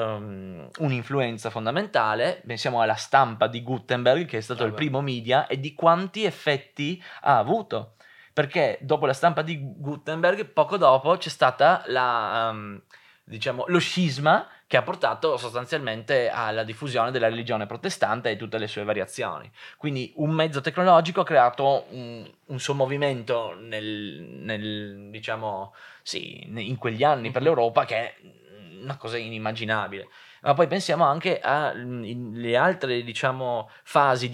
un'influenza fondamentale. Pensiamo alla stampa di Gutenberg, che è stato il Vabbè. primo media, e di quanti effetti ha avuto. Perché dopo la stampa di Gutenberg, poco dopo, c'è stata diciamo, lo scisma che ha portato sostanzialmente alla diffusione della religione protestante e tutte le sue variazioni. Quindi un mezzo tecnologico ha creato un suo movimento diciamo, sì, in quegli anni per Mhm. l'Europa, che è una cosa inimmaginabile. ma poi pensiamo anche alle altre, diciamo, fasi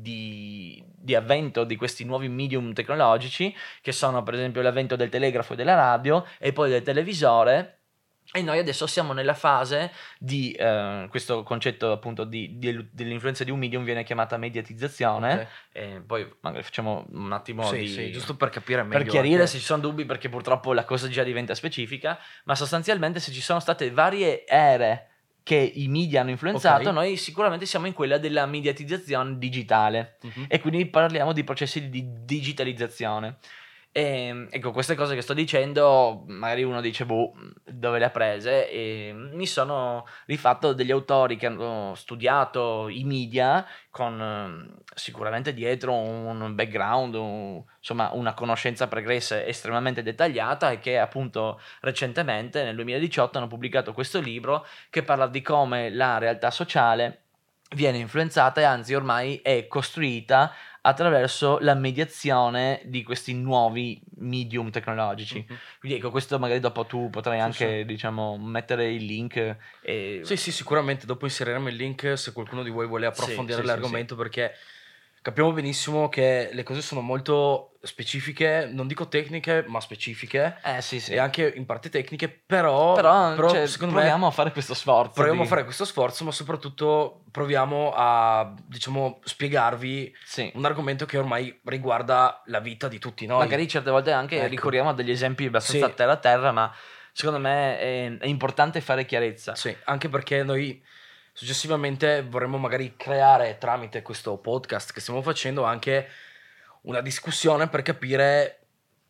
di avvento di questi nuovi medium tecnologici, che sono per esempio l'avvento del telegrafo e della radio e poi del televisore. E noi adesso siamo nella fase di questo concetto appunto dell'influenza di un medium viene chiamata mediatizzazione. E poi magari facciamo un attimo sì, giusto per capire meglio, per chiarire se ci sono dubbi, perché purtroppo la cosa già diventa specifica, ma sostanzialmente se ci sono state varie ere che i media hanno influenzato, noi sicuramente siamo in quella della mediatizzazione digitale, e quindi parliamo di processi di digitalizzazione. E, ecco, queste cose che sto dicendo, magari uno dice, boh, dove le ha prese? E mi sono rifatto degli autori che hanno studiato i media con sicuramente dietro un background, insomma una conoscenza pregressa estremamente dettagliata, e che appunto recentemente, nel 2018, hanno pubblicato questo libro che parla di come la realtà sociale viene influenzata e anzi ormai è costruita attraverso la mediazione di questi nuovi medium tecnologici. Quindi ecco, questo magari dopo tu potrai anche diciamo mettere il link. Sì, sicuramente dopo inseriremo il link se qualcuno di voi vuole approfondire l'argomento, perché capiamo benissimo che le cose sono molto specifiche, non dico tecniche, ma specifiche. E anche in parte tecniche, però cioè, secondo proviamo me a fare questo sforzo. Proviamo a fare questo sforzo, ma soprattutto proviamo a, diciamo, spiegarvi un argomento che ormai riguarda la vita di tutti noi. Magari certe volte anche ricorriamo a degli esempi abbastanza terra, ma secondo me è importante fare chiarezza. Sì, anche perché noi successivamente vorremmo magari creare, tramite questo podcast che stiamo facendo, anche una discussione per capire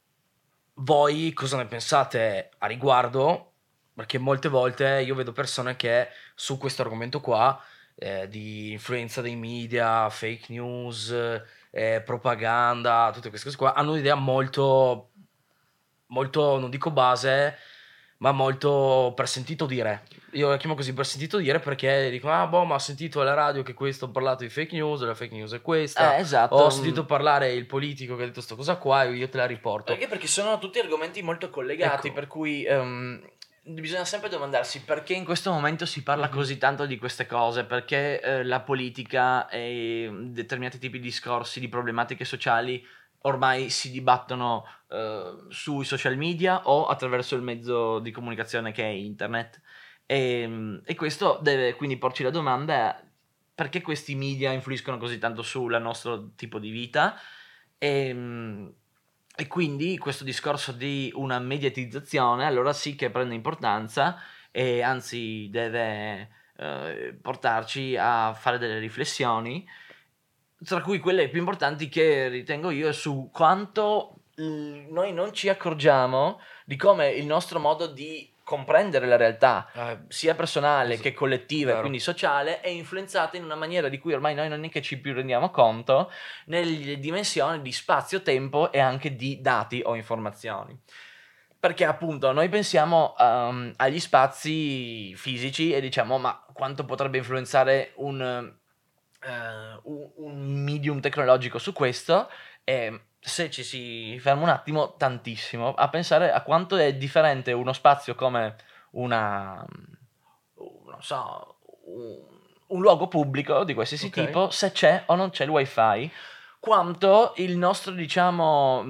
voi cosa ne pensate a riguardo, perché molte volte io vedo persone che su questo argomento qua, di influenza dei media, fake news, propaganda, tutte queste cose qua, hanno un'idea molto, molto, non dico base, ma molto per sentito dire. Io la chiamo così, per sentito dire, perché dicono, ma ho sentito alla radio che questo ha parlato di fake news, la fake news è questa, esatto. Ho sentito parlare il politico che ha detto sta cosa qua e io te la riporto. Perché sono tutti argomenti molto collegati, per cui bisogna sempre domandarsi perché in questo momento si parla così tanto di queste cose, perché la politica e determinati tipi di discorsi, di problematiche sociali ormai si dibattono sui social media o attraverso il mezzo di comunicazione che è internet. E questo deve quindi porci la domanda: perché questi media influiscono così tanto sul nostro tipo di vita? E quindi questo discorso di una mediatizzazione allora sì che prende importanza, e anzi deve portarci a fare delle riflessioni, tra cui quelle più importanti che ritengo io è su quanto noi non ci accorgiamo di come il nostro modo di comprendere la realtà, sia personale che collettiva e quindi sociale, è influenzata in una maniera di cui ormai noi non è che ci più rendiamo conto, nelle dimensioni di spazio, tempo e anche di dati o informazioni. Perché appunto noi pensiamo agli spazi fisici e diciamo, ma quanto potrebbe influenzare un medium tecnologico su questo? E se ci si ferma un attimo, tantissimo, a pensare a quanto è differente uno spazio come un luogo pubblico di qualsiasi tipo, se c'è o non c'è il wifi, quanto il nostro, diciamo,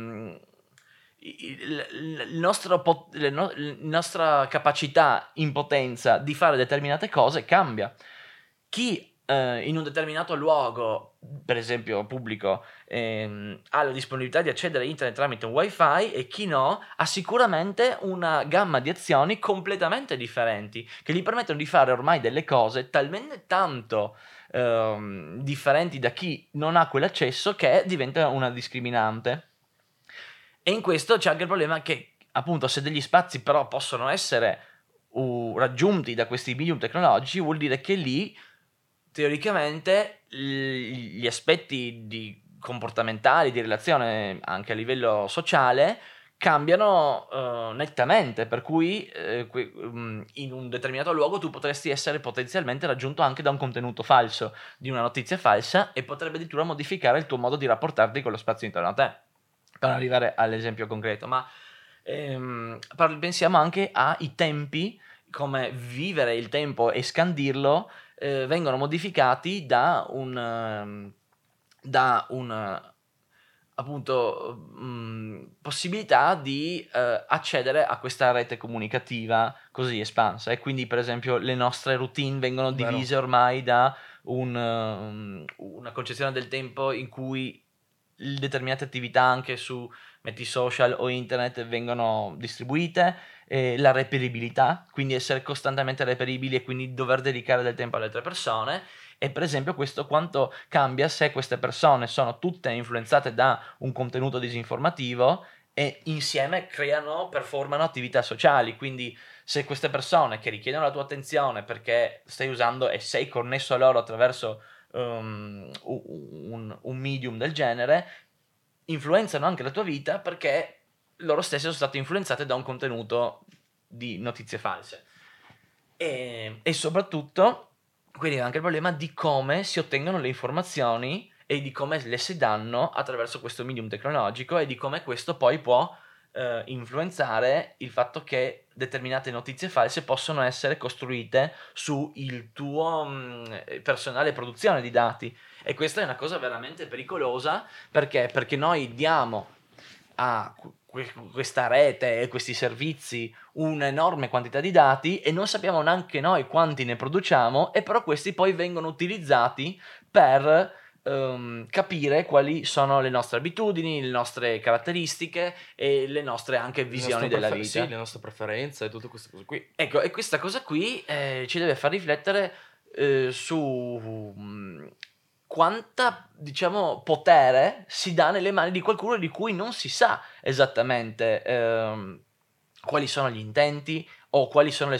la nostra capacità in potenza di fare determinate cose cambia. Chi in un determinato luogo, per esempio pubblico, ha la disponibilità di accedere a internet tramite un wifi, e chi no ha sicuramente una gamma di azioni completamente differenti che gli permettono di fare ormai delle cose talmente tanto differenti da chi non ha quell'accesso che diventa una discriminante. E in questo c'è anche il problema che appunto se degli spazi però possono essere raggiunti da questi medium tecnologici, vuol dire che lì teoricamente gli aspetti comportamentali, di relazione anche a livello sociale cambiano nettamente, per cui in un determinato luogo tu potresti essere potenzialmente raggiunto anche da un contenuto falso, di una notizia falsa, e potrebbe addirittura modificare il tuo modo di rapportarti con lo spazio intorno a te, per arrivare all'esempio concreto. Ma pensiamo anche ai tempi come vivere il tempo e scandirlo vengono modificati da un appunto possibilità di accedere a questa rete comunicativa così espansa, e quindi per esempio le nostre routine vengono divise ormai da una concezione del tempo in cui determinate attività anche su metti social o internet vengono distribuite, la reperibilità, quindi essere costantemente reperibili e quindi dover dedicare del tempo alle altre persone. E per esempio questo quanto cambia se queste persone sono tutte influenzate da un contenuto disinformativo e insieme performano attività sociali. Quindi se queste persone che richiedono la tua attenzione perché stai usando e sei connesso a loro attraverso un medium del genere, influenzano anche la tua vita perché loro stesse sono state influenzate da un contenuto di notizie false. E soprattutto quindi anche il problema di come si ottengono le informazioni e di come le si danno attraverso questo medium tecnologico, e di come questo poi può influenzare il fatto che determinate notizie false possono essere costruite su il tuo personale produzione di dati. E questa è una cosa veramente pericolosa, perché noi diamo a questa rete e questi servizi un'enorme quantità di dati e non sappiamo neanche noi quanti ne produciamo, e però questi poi vengono utilizzati per capire quali sono le nostre abitudini, le nostre caratteristiche e le nostre anche visioni della vita. Sì, le nostre preferenze e tutte queste cose qui. Ecco, e questa cosa qui ci deve far riflettere su quanta, diciamo, potere si dà nelle mani di qualcuno di cui non si sa esattamente quali sono gli intenti o quali sono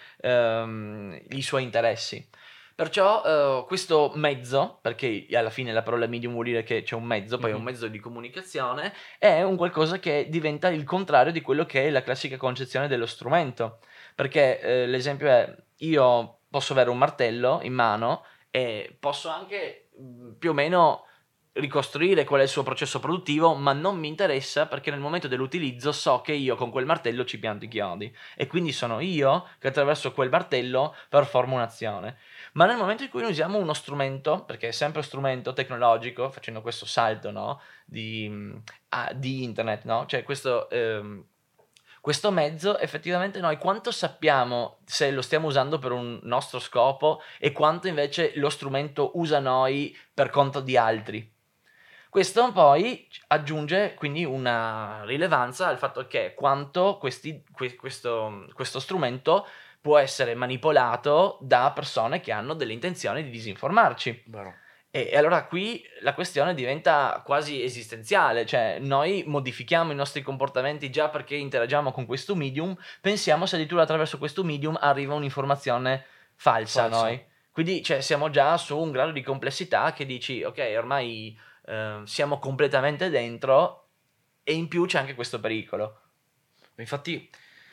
i suoi interessi. Perciò questo mezzo, perché alla fine la parola medium vuol dire che c'è un mezzo, poi è un mezzo di comunicazione, è un qualcosa che diventa il contrario di quello che è la classica concezione dello strumento. Perché l'esempio è: io posso avere un martello in mano e posso anche più o meno ricostruire qual è il suo processo produttivo, ma non mi interessa, perché nel momento dell'utilizzo so che io con quel martello ci pianto i chiodi e quindi sono io che attraverso quel martello performo un'azione. Ma nel momento in cui noi usiamo uno strumento, perché è sempre strumento tecnologico, facendo questo salto, no, di internet, no? Cioè questo mezzo effettivamente noi quanto sappiamo se lo stiamo usando per un nostro scopo e quanto invece lo strumento usa noi per conto di altri. Questo poi aggiunge quindi una rilevanza al fatto che quanto questo strumento può essere manipolato da persone che hanno delle intenzioni di disinformarci. Vero. E allora qui la questione diventa quasi esistenziale, cioè noi modifichiamo i nostri comportamenti già perché interagiamo con questo medium, pensiamo se addirittura attraverso questo medium arriva un'informazione falsa a noi. Quindi siamo già su un grado di complessità che dici ok, ormai siamo completamente dentro, e in più c'è anche questo pericolo. Infatti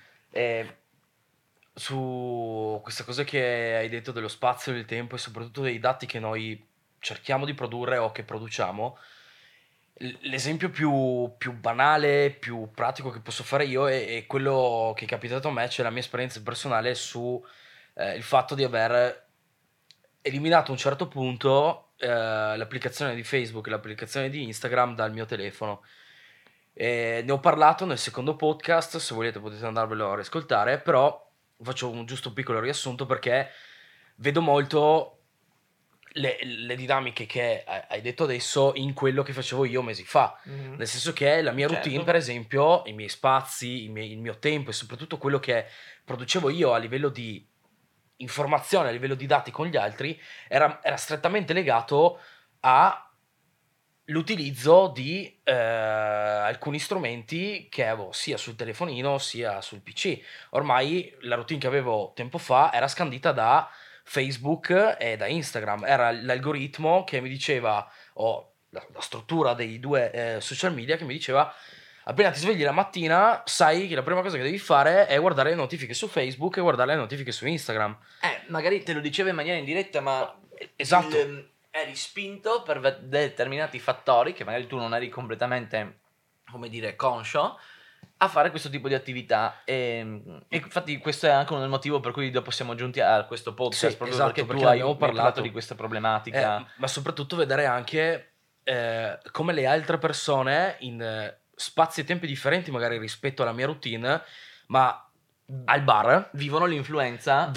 su questa cosa che hai detto dello spazio, del tempo e soprattutto dei dati che noi cerchiamo di produrre o che produciamo, l'esempio più banale, più pratico che posso fare io è quello che è capitato a me, cioè la mia esperienza personale su il fatto di aver eliminato a un certo punto l'applicazione di Facebook e l'applicazione di Instagram dal mio telefono. Ne ho parlato nel secondo podcast, se volete potete andarvelo a riascoltare, però faccio un giusto piccolo riassunto perché vedo molto le dinamiche che hai detto adesso in quello che facevo io mesi fa. Nel senso che la mia routine, per esempio, i miei spazi, il mio tempo e soprattutto quello che producevo io a livello di informazione, a livello di dati con gli altri, era strettamente legato all'utilizzo di alcuni strumenti che avevo sia sul telefonino sia sul PC. Ormai la routine che avevo tempo fa era scandita da Facebook e da Instagram, era l'algoritmo che mi diceva, la struttura dei due social media che mi diceva: appena ti svegli la mattina sai che la prima cosa che devi fare è guardare le notifiche su Facebook e guardare le notifiche su Instagram. Magari te lo diceva in maniera indiretta, ma esatto, eri spinto per determinati fattori che magari tu non eri completamente, come dire, conscio, a fare questo tipo di attività e infatti questo è anche un motivo per cui dopo siamo giunti a questo podcast, Sì, proprio esatto, perché perché tu hai abbiamo parlato di questa problematica. ma soprattutto vedere anche come le altre persone in spazi e tempi differenti magari rispetto alla mia routine, ma al bar vivono l'influenza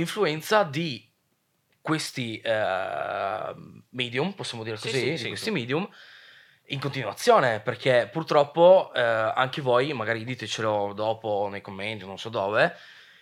di questi medium, possiamo dire così, di questi medium in continuazione, perché purtroppo anche voi, magari ditecelo dopo nei commenti, non so dove,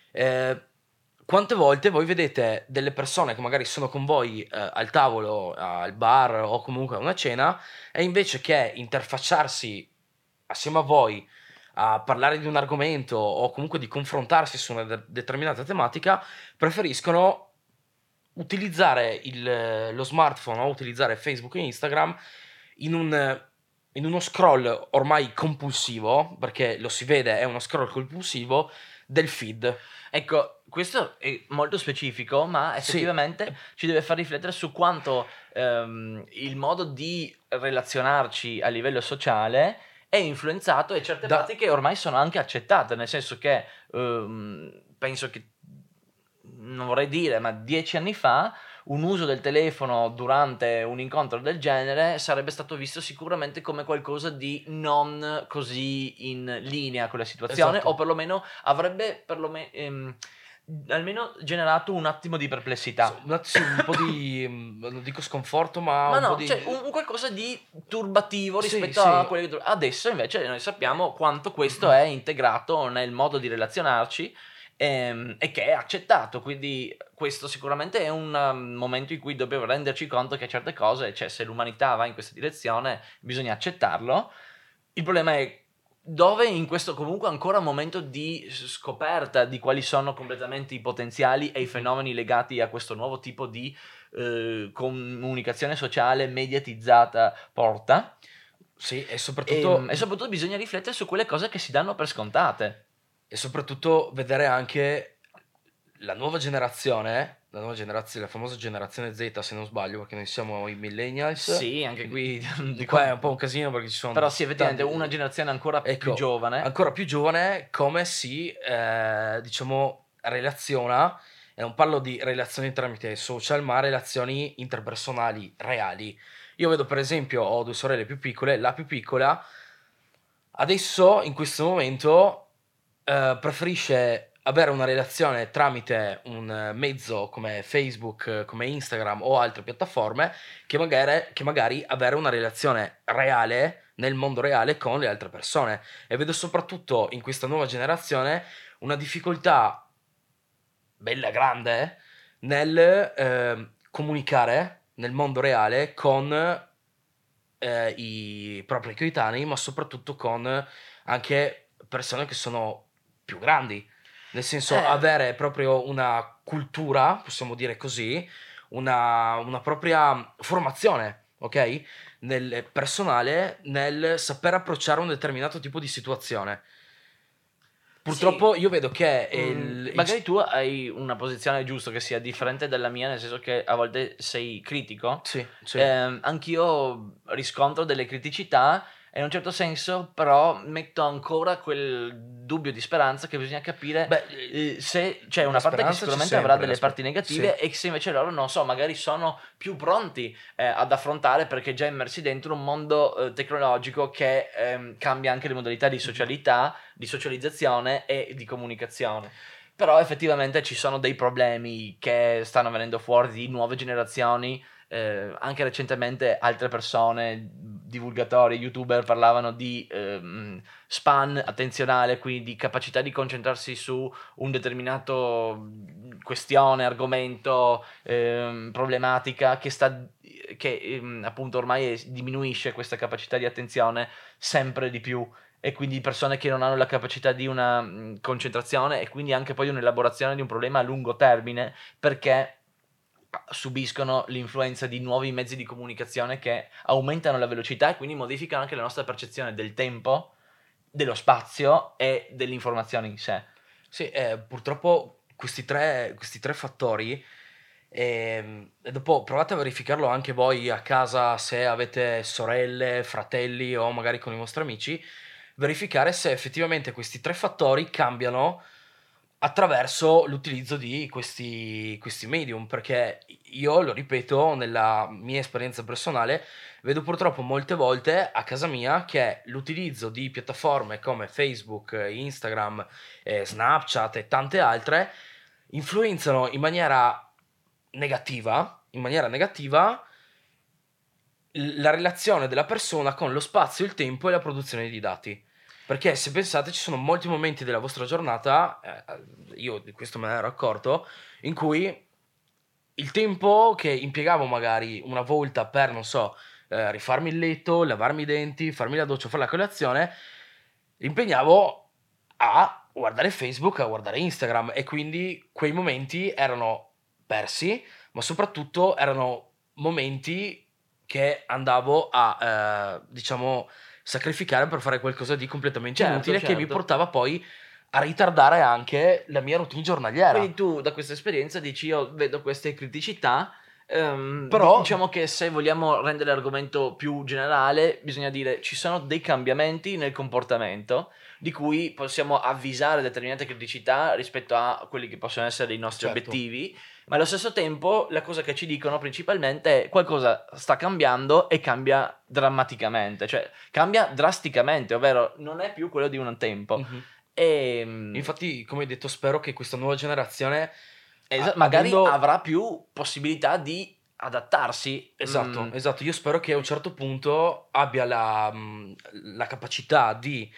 quante volte voi vedete delle persone che magari sono con voi al tavolo, al bar o comunque a una cena, e invece che interfacciarsi assieme a voi a parlare di un argomento o comunque di confrontarsi su una determinata tematica, preferiscono utilizzare lo smartphone o utilizzare Facebook e Instagram in uno scroll ormai compulsivo, perché lo si vede, è uno scroll compulsivo del feed. Ecco, questo è molto specifico, ma effettivamente ci deve far riflettere su quanto il modo di relazionarci a livello sociale è influenzato e certe pratiche ormai sono anche accettate, nel senso che penso che, non vorrei dire, ma 10 anni fa un uso del telefono durante un incontro del genere sarebbe stato visto sicuramente come qualcosa di non così in linea con la situazione, o perlomeno avrebbe almeno generato un attimo di perplessità. Un po' di, non dico sconforto, ma un po' di... cioè un qualcosa di turbativo rispetto a quello che... Adesso invece noi sappiamo quanto questo è integrato nel modo di relazionarci e che è accettato, quindi questo sicuramente è un momento in cui dobbiamo renderci conto che certe cose, cioè se l'umanità va in questa direzione bisogna accettarlo. Il problema è dove in questo comunque ancora un momento di scoperta di quali sono completamente i potenziali e i fenomeni legati a questo nuovo tipo di comunicazione sociale mediatizzata porta. Sì, e soprattutto bisogna riflettere su quelle cose che si danno per scontate. E soprattutto vedere anche la nuova generazione, la famosa generazione Z, se non sbaglio, perché noi siamo i millennials. Sì, anche qui qua è un po' un casino perché ci sono... Però sì, effettivamente una generazione ancora più giovane. Ancora più giovane, come si, diciamo, relaziona, e non parlo di relazioni tramite social, ma relazioni interpersonali reali. Io vedo, per esempio, ho 2 sorelle più piccole, la più piccola adesso, in questo momento, preferisce avere una relazione tramite un mezzo come Facebook, come Instagram o altre piattaforme, che magari avere una relazione reale, nel mondo reale, con le altre persone. E vedo soprattutto in questa nuova generazione una difficoltà bella grande nel comunicare nel mondo reale con i propri coetanei, ma soprattutto con anche persone che sono più grandi, nel senso avere proprio una cultura, possiamo dire così, una propria formazione, ok? Nel personale, nel saper approcciare un determinato tipo di situazione. Purtroppo io vedo che magari tu hai una posizione giusta che sia differente dalla mia, nel senso che a volte sei critico. Sì. Anch'io riscontro delle criticità e in un certo senso però metto ancora quel dubbio di speranza che bisogna capire se c'è una parte che sicuramente avrà delle parti negative e se invece loro, non so, magari sono più pronti ad affrontare, perché già immersi dentro un mondo tecnologico che cambia anche le modalità di socialità, di socializzazione e di comunicazione. Però effettivamente ci sono dei problemi che stanno venendo fuori di nuove generazioni. Anche recentemente altre persone, divulgatori, youtuber, parlavano di span attenzionale, quindi di capacità di concentrarsi su un determinato questione, argomento, problematica che appunto ormai diminuisce questa capacità di attenzione sempre di più, e quindi persone che non hanno la capacità di una concentrazione e quindi anche poi un'elaborazione di un problema a lungo termine, perché subiscono l'influenza di nuovi mezzi di comunicazione che aumentano la velocità e quindi modificano anche la nostra percezione del tempo, dello spazio e dell'informazione in sé. Sì, purtroppo questi tre fattori, e dopo provate a verificarlo anche voi a casa, se avete sorelle, fratelli o magari con i vostri amici, verificare se effettivamente questi 3 fattori cambiano attraverso l'utilizzo di questi medium, perché io, lo ripeto, nella mia esperienza personale, vedo purtroppo molte volte a casa mia che l'utilizzo di piattaforme come Facebook, Instagram, Snapchat e tante altre influenzano in maniera negativa la relazione della persona con lo spazio, il tempo e la produzione di dati. Perché se pensate, ci sono molti momenti della vostra giornata, io di questo me ne ero accorto, in cui il tempo che impiegavo magari una volta per, non so, rifarmi il letto, lavarmi i denti, farmi la doccia, fare la colazione, impegnavo a guardare Facebook, a guardare Instagram, e quindi quei momenti erano persi, ma soprattutto erano momenti che andavo a, diciamo, sacrificare per fare qualcosa di completamente inutile, che mi portava poi a ritardare anche la mia routine giornaliera. Quindi tu da questa esperienza dici: io vedo queste criticità, però diciamo che se vogliamo rendere l'argomento più generale, bisogna dire ci sono dei cambiamenti nel comportamento di cui possiamo avvisare determinate criticità rispetto a quelli che possono essere i nostri obiettivi, ma allo stesso tempo la cosa che ci dicono principalmente è qualcosa sta cambiando e cambia drammaticamente, cioè cambia drasticamente, ovvero non è più quello di un tempo. E infatti, come hai detto, spero che questa nuova generazione magari avrà più possibilità di adattarsi. Esatto, io spero che a un certo punto abbia la capacità di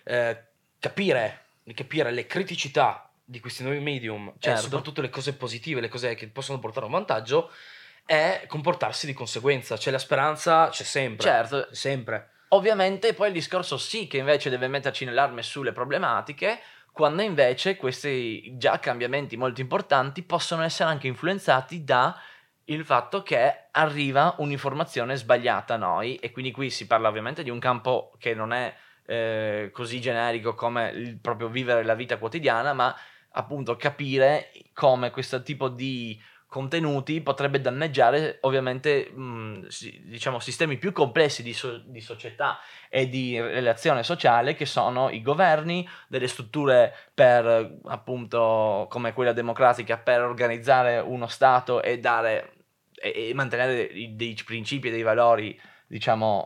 capire le criticità di questi nuovi medium, e soprattutto le cose positive, le cose che possono portare un vantaggio, e comportarsi di conseguenza. Cioè, la speranza c'è sempre, sempre. Ovviamente poi il discorso sì che invece deve metterci nell'arme sulle problematiche, quando invece questi già cambiamenti molto importanti possono essere anche influenzati da il fatto che arriva un'informazione sbagliata a noi, e quindi qui si parla ovviamente di un campo che non è così generico come il proprio vivere la vita quotidiana, ma appunto capire come questo tipo di contenuti potrebbe danneggiare ovviamente diciamo sistemi più complessi di società e di relazione sociale, che sono i governi, delle strutture per appunto come quella democratica per organizzare uno stato e dare e mantenere dei principi e dei valori, diciamo,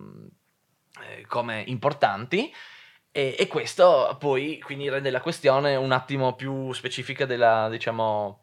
come importanti. E questo poi quindi rende la questione un attimo più specifica della, diciamo,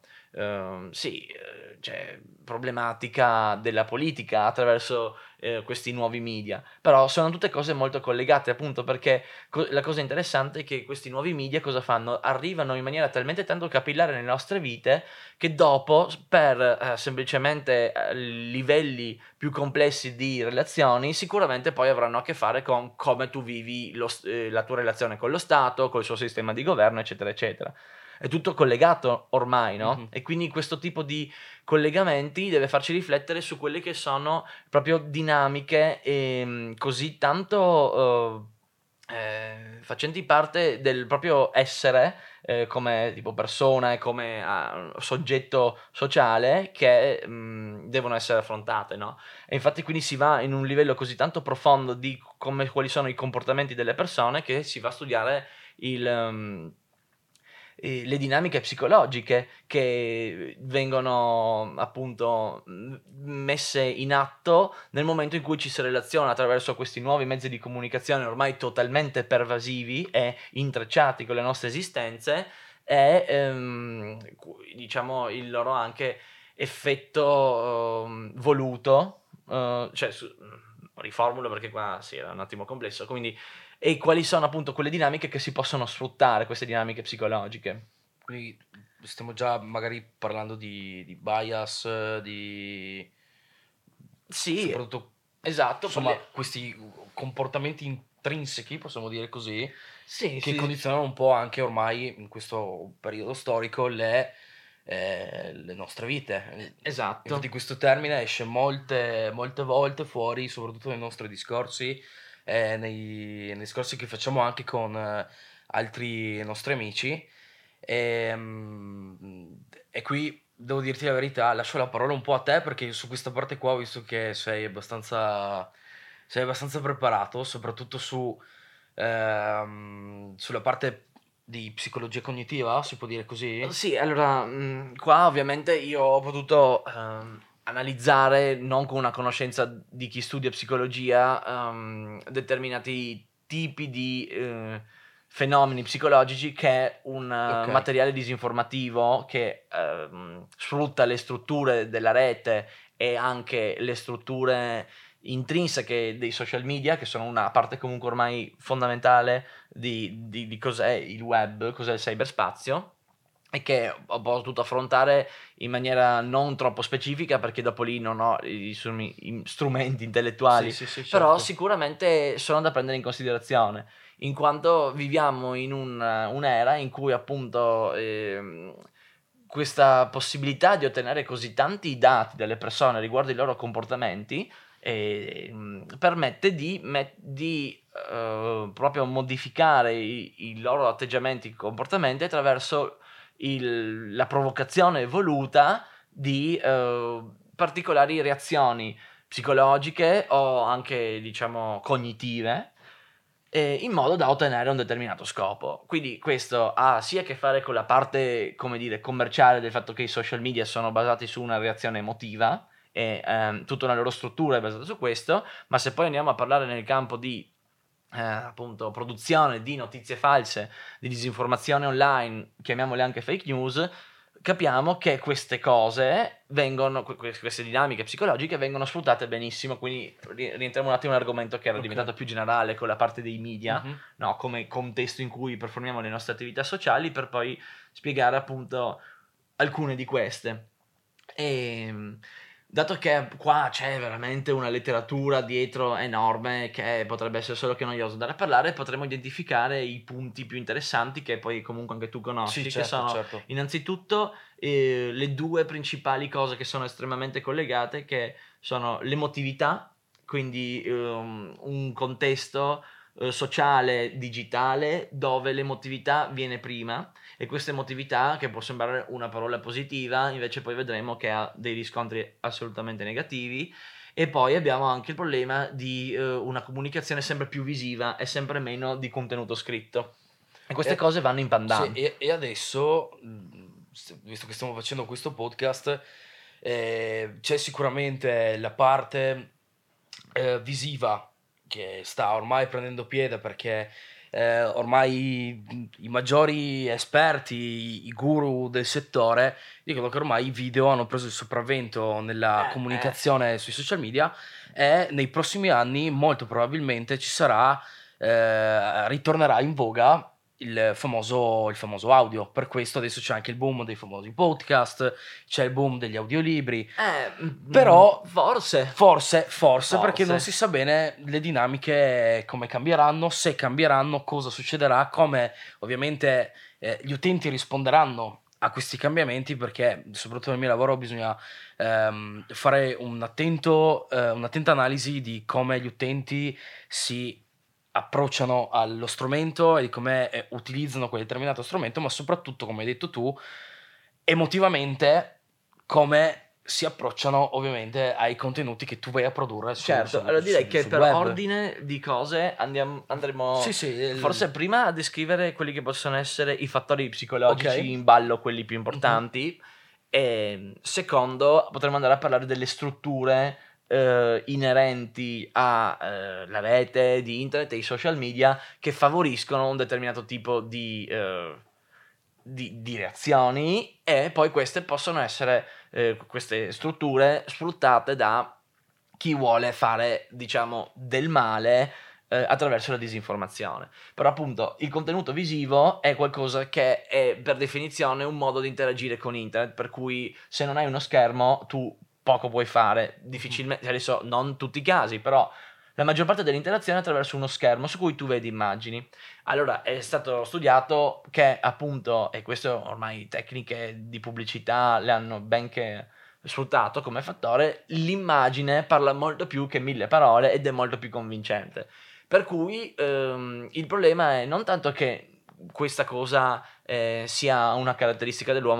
cioè, problematica della politica attraverso questi nuovi media. Però sono tutte cose molto collegate, appunto perché la cosa interessante è che questi nuovi media cosa fanno? Arrivano in maniera talmente tanto capillare nelle nostre vite che dopo, per semplicemente livelli più complessi di relazioni, sicuramente poi avranno a che fare con come tu vivi la tua relazione con lo Stato, col suo sistema di governo, eccetera, eccetera. È tutto collegato ormai, no? E quindi questo tipo di collegamenti deve farci riflettere su quelle che sono proprio dinamiche così tanto facenti parte del proprio essere come tipo persona e come soggetto sociale, che devono essere affrontate, no? E infatti quindi si va in un livello così tanto profondo di quali sono i comportamenti delle persone, che si va a studiare le dinamiche psicologiche che vengono appunto messe in atto nel momento in cui ci si relaziona attraverso questi nuovi mezzi di comunicazione ormai totalmente pervasivi e intrecciati con le nostre esistenze, e diciamo il loro anche effetto voluto, cioè riformulo perché qua sì era un attimo complesso, quindi e quali sono appunto quelle dinamiche che si possono sfruttare, queste dinamiche psicologiche. Quindi stiamo già magari parlando di bias, sì, soprattutto, esatto, insomma, questi comportamenti intrinseci, possiamo dire così, che condizionano un po' anche ormai in questo periodo storico le nostre vite. Esatto. Infatti questo termine esce molte volte fuori, soprattutto nei nostri discorsi, nei discorsi che facciamo anche con altri nostri amici. E qui devo dirti la verità, lascio la parola un po' a te, perché su questa parte qua ho visto che sei abbastanza preparato, soprattutto su sulla parte di psicologia cognitiva, si può dire così? Sì, allora, qua ovviamente io ho potuto analizzare, non con una conoscenza di chi studia psicologia, determinati tipi di fenomeni psicologici che un materiale disinformativo che sfrutta le strutture della rete e anche le strutture intrinseche dei social media, che sono una parte comunque ormai fondamentale di cos'è il web, cos'è il cyberspazio, e che ho potuto affrontare in maniera non troppo specifica perché dopo lì non ho i strumenti intellettuali, sì, però certo. sicuramente sono da prendere in considerazione, in quanto viviamo in un'era in cui appunto questa possibilità di ottenere così tanti dati dalle persone riguardo i loro comportamenti permette di proprio modificare i loro atteggiamenti e comportamenti attraverso la provocazione voluta di particolari reazioni psicologiche o anche, diciamo, cognitive, in modo da ottenere un determinato scopo. Quindi questo ha sia a che fare con la parte, come dire, commerciale del fatto che i social media sono basati su una reazione emotiva e tutta una loro struttura è basata su questo, ma se poi andiamo a parlare nel campo di appunto produzione di notizie false, di disinformazione online, chiamiamole anche fake news, capiamo che queste cose vengono, queste dinamiche psicologiche vengono sfruttate benissimo, quindi rientriamo un attimo in un argomento che era diventato più generale con la parte dei media, no, come contesto in cui performiamo le nostre attività sociali, per poi spiegare appunto alcune di queste. E dato che qua c'è veramente una letteratura dietro enorme che potrebbe essere solo che noioso andare a parlare, potremmo identificare i punti più interessanti che poi comunque anche tu conosci, Sì, che sono certo. innanzitutto le due principali cose che sono estremamente collegate, che sono l'emotività, quindi un contesto sociale, digitale, dove l'emotività viene prima, e questa emotività, che può sembrare una parola positiva, invece poi vedremo che ha dei riscontri assolutamente negativi. E poi abbiamo anche il problema di una comunicazione sempre più visiva e sempre meno di contenuto scritto. E queste cose vanno in pandan. Sì, e adesso, visto che stiamo facendo questo podcast, c'è sicuramente la parte visiva che sta ormai prendendo piede, perché ormai i maggiori esperti, i guru del settore, dicono che ormai i video hanno preso il sopravvento nella comunicazione sui social media, e nei prossimi anni molto probabilmente ritornerà in voga il famoso audio. Per questo adesso c'è anche il boom dei famosi podcast, c'è il boom degli audiolibri. Però forse, perché non si sa bene le dinamiche come cambieranno, se cambieranno, cosa succederà, come ovviamente gli utenti risponderanno a questi cambiamenti, perché soprattutto nel mio lavoro bisogna fare un'attenta analisi di come gli utenti si approcciano allo strumento e di come utilizzano quel determinato strumento, ma soprattutto, come hai detto tu, emotivamente come si approcciano ovviamente ai contenuti che tu vai a produrre allora direi che per web. ordine di cose andremo forse prima a descrivere quelli che possono essere i fattori psicologici in ballo, quelli più importanti, e secondo potremmo andare a parlare delle strutture inerenti alla rete di internet e ai social media che favoriscono un determinato tipo di reazioni, e poi queste possono essere queste strutture sfruttate da chi vuole fare, diciamo, del male attraverso la disinformazione. Però appunto il contenuto visivo è qualcosa che è per definizione un modo di interagire con internet, per cui se non hai uno schermo tu poco puoi fare, difficilmente, adesso non tutti i casi, però la maggior parte dell'interazione è attraverso uno schermo su cui tu vedi immagini. Allora è stato studiato che appunto, e questo ormai tecniche di pubblicità le hanno benché sfruttato come fattore, l'immagine parla molto più che 1000 parole ed è molto più convincente. Per cui il problema è non tanto che questa cosa sia una caratteristica dell'uomo,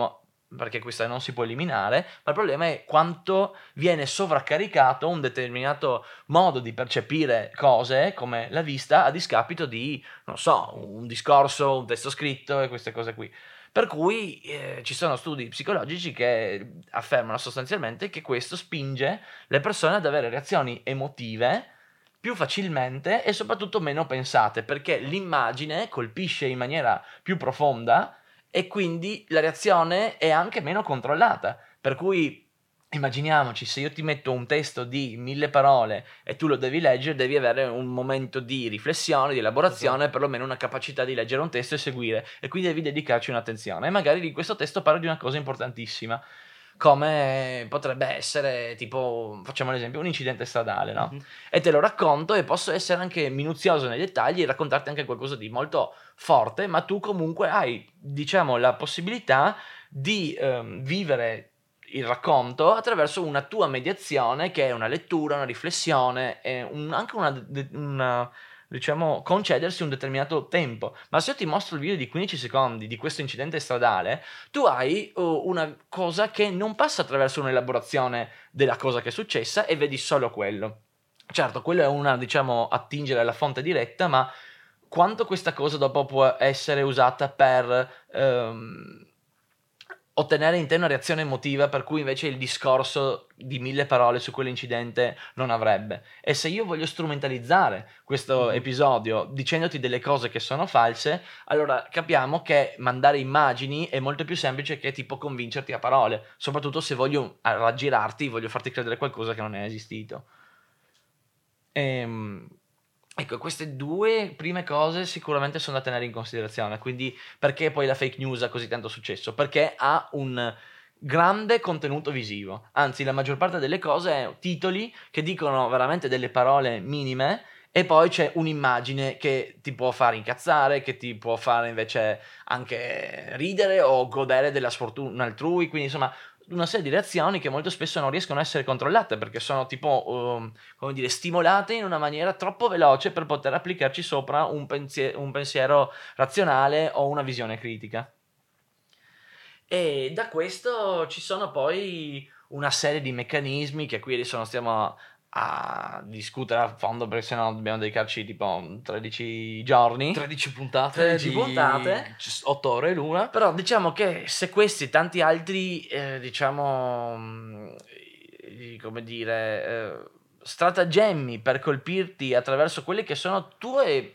perché questa non si può eliminare, ma il problema è quanto viene sovraccaricato un determinato modo di percepire cose come la vista a discapito di, non so, un discorso, un testo scritto e queste cose qui. Per cui ci sono studi psicologici che affermano sostanzialmente che questo spinge le persone ad avere reazioni emotive più facilmente e soprattutto meno pensate, perché l'immagine colpisce in maniera più profonda e quindi la reazione è anche meno controllata. Per cui immaginiamoci, se io ti metto un testo di 1000 parole e tu lo devi leggere, devi avere un momento di riflessione, di elaborazione, perlomeno una capacità di leggere un testo e seguire, e quindi devi dedicarci un'attenzione. E magari di questo testo parlo di una cosa importantissima, come potrebbe essere, tipo, facciamo l'esempio, un incidente stradale, no? E te lo racconto e posso essere anche minuzioso nei dettagli e raccontarti anche qualcosa di molto forte, ma tu comunque hai, diciamo, la possibilità di vivere il racconto attraverso una tua mediazione, che è una lettura, una riflessione e anche una, diciamo, concedersi un determinato tempo. Ma se io ti mostro il video di 15 secondi di questo incidente stradale, tu hai una cosa che non passa attraverso un'elaborazione della cosa che è successa e vedi solo quello. Certo, quello è una, diciamo, attingere alla fonte diretta, ma quanto questa cosa dopo può essere usata per ottenere in te una reazione emotiva per cui invece il discorso di 1000 parole su quell'incidente non avrebbe. E se io voglio strumentalizzare questo episodio dicendoti delle cose che sono false, allora capiamo che mandare immagini è molto più semplice che tipo convincerti a parole, soprattutto se voglio raggirarti, voglio farti credere qualcosa che non è esistito. Ecco, queste due prime cose sicuramente sono da tenere in considerazione. Quindi perché poi la fake news ha così tanto successo? Perché ha un grande contenuto visivo. Anzi, la maggior parte delle cose è titoli che dicono veramente delle parole minime e poi c'è un'immagine che ti può fare incazzare, che ti può fare invece anche ridere o godere della sfortuna altrui. Quindi insomma una serie di reazioni che molto spesso non riescono a essere controllate perché sono tipo, come dire, stimolate in una maniera troppo veloce per poter applicarci sopra un pensiero razionale o una visione critica. E da questo ci sono poi una serie di meccanismi che qui adesso non stiamo a discutere a fondo perché sennò dobbiamo dedicarci tipo 13 giorni, 13 puntate 13 puntate 8 ore l'una. Però diciamo che se questi e tanti altri diciamo come dire stratagemmi per colpirti attraverso quelle che sono tue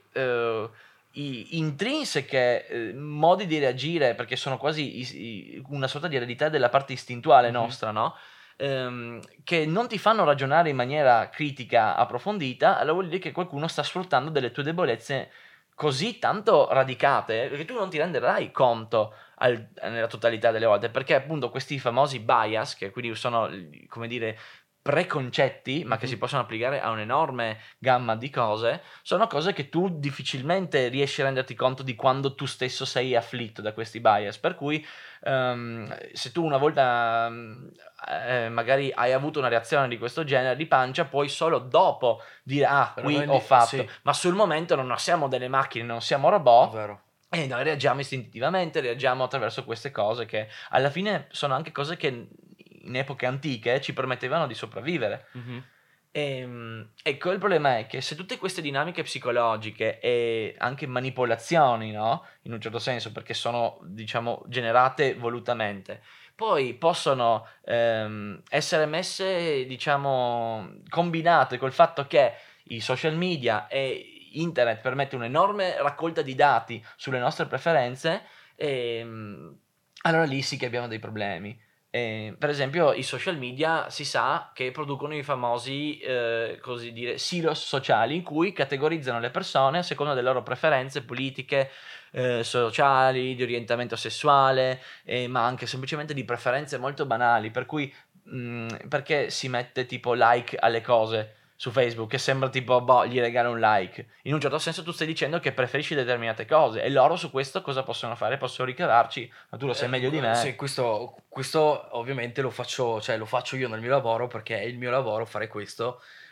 intrinseche modi di reagire, perché sono quasi una sorta di eredità della parte istintuale nostra, no? Che non ti fanno ragionare in maniera critica approfondita, allora vuol dire che qualcuno sta sfruttando delle tue debolezze così tanto radicate che tu non ti renderai conto nella totalità delle volte, perché appunto questi famosi bias, che quindi sono, come dire, preconcetti, ma che si possono applicare a un'enorme gamma di cose, sono cose che tu difficilmente riesci a renderti conto di quando tu stesso sei afflitto da questi bias, per cui se tu una volta magari hai avuto una reazione di questo genere di pancia, puoi solo dopo dire qui ho fatto, sì. Ma sul momento non siamo delle macchine, non siamo robot. Vero. E noi reagiamo istintivamente, reagiamo attraverso queste cose che alla fine sono anche cose che in epoche antiche ci permettevano di sopravvivere. Ecco, il problema è che se tutte queste dinamiche psicologiche e anche manipolazioni, no? In un certo senso, perché sono, diciamo, generate volutamente, poi possono essere messe, diciamo, combinate col fatto che i social media e internet permette un'enorme raccolta di dati sulle nostre preferenze, allora lì sì che abbiamo dei problemi. Per esempio i social media si sa che producono i famosi così dire silos sociali in cui categorizzano le persone a seconda delle loro preferenze politiche, sociali, di orientamento sessuale, ma anche semplicemente di preferenze molto banali, per cui perché si mette tipo like alle cose su Facebook che sembra tipo gli regalo un like. In un certo senso tu stai dicendo che preferisci determinate cose e loro su questo cosa possono fare? Possono ricavarci, ma tu lo sai meglio di me. Sì, questo ovviamente lo faccio io nel mio lavoro, perché è il mio lavoro fare questo,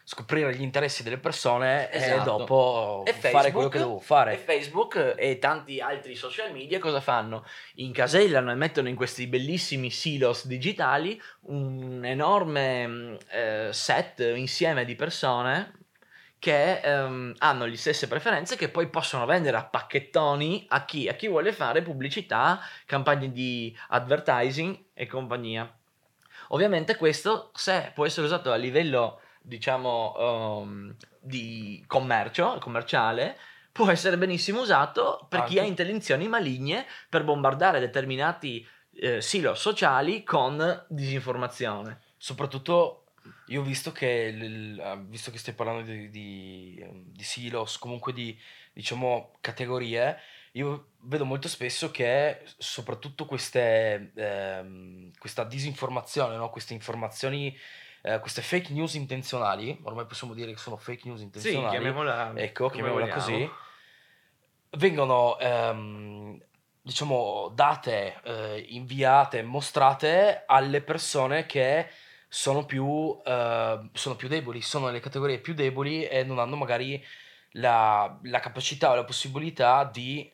scoprire gli interessi delle persone Esatto. e dopo E fare quello che devo fare. E Facebook e tanti altri social media cosa fanno? Incasellano e mettono in questi bellissimi silos digitali un enorme set, insieme di persone che hanno le stesse preferenze, che poi possono vendere a pacchettoni a chi vuole fare pubblicità, campagne di advertising e compagnia. Ovviamente questo, se può essere usato a livello, diciamo, di commerciale, può essere benissimo usato per chi ha intenzioni maligne per bombardare determinati silo sociali con disinformazione. Soprattutto io ho visto che, visto che stai parlando di silos, comunque di, diciamo, categorie, io vedo molto spesso che soprattutto questa disinformazione, no? Queste informazioni, queste fake news intenzionali, ormai possiamo dire che sono fake news intenzionali, chiamiamola così, vengono diciamo date, inviate, mostrate alle persone che sono più deboli, sono nelle categorie più deboli e non hanno magari la capacità o la possibilità di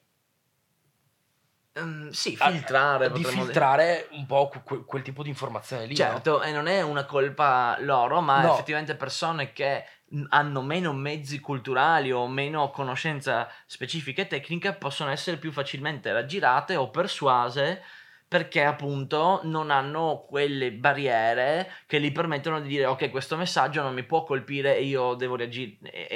filtrare un po' quel tipo di informazione lì. Certo, no? E non è una colpa loro, ma effettivamente persone che hanno meno mezzi culturali o meno conoscenza specifica e tecnica possono essere più facilmente raggirate o persuase, perché appunto non hanno quelle barriere che gli permettono di dire ok, questo messaggio non mi può colpire e io devo reagire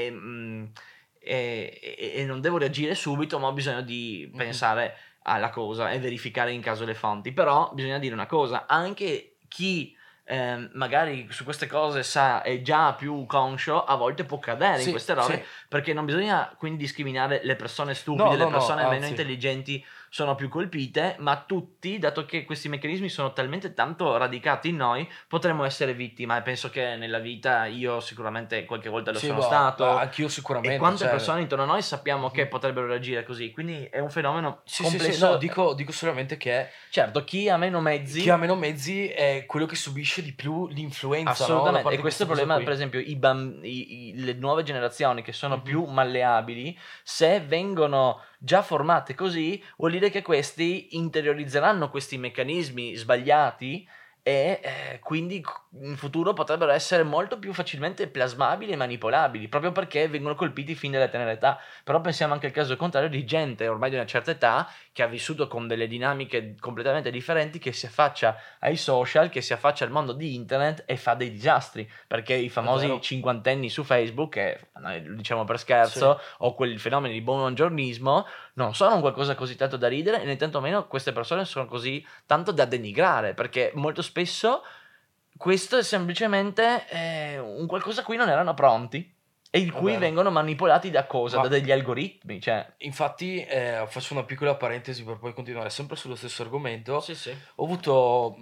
e non devo reagire subito, ma ho bisogno di pensare alla cosa e verificare in caso le fonti. Però bisogna dire una cosa, anche chi magari su queste cose è già più conscio, a volte può cadere in queste errori, perché non bisogna quindi discriminare le persone stupide, le persone meno intelligenti sono più colpite, ma tutti, dato che questi meccanismi sono talmente tanto radicati in noi, potremmo essere vittime. E penso che nella vita io sicuramente qualche volta lo sono stato, anch'io sicuramente, e quante persone intorno a noi sappiamo che potrebbero reagire così, quindi è un fenomeno complesso. No, dico solamente che certo, chi ha meno mezzi è quello che subisce di più l'influenza. Assolutamente, no? E questo è il problema, per esempio, le nuove generazioni che sono più malleabili, se vengono già formate così, vuol dire che questi interiorizzeranno questi meccanismi sbagliati e quindi in futuro potrebbero essere molto più facilmente plasmabili e manipolabili, proprio perché vengono colpiti fin dalla tenera età. Però pensiamo anche al caso contrario di gente ormai di una certa età che ha vissuto con delle dinamiche completamente differenti, che si affaccia ai social, che si affaccia al mondo di internet e fa dei disastri, perché i famosi cinquantenni su Facebook, che noi lo diciamo per scherzo, o quel fenomeno di buongiornismo, non sono un qualcosa così tanto da ridere, e né tantomeno queste persone sono così tanto da denigrare, perché molto spesso questo è semplicemente un qualcosa a cui non erano pronti e di cui vengono manipolati da cosa? Da degli algoritmi, cioè. Infatti faccio una piccola parentesi per poi continuare sempre sullo stesso argomento. Sì. Ho avuto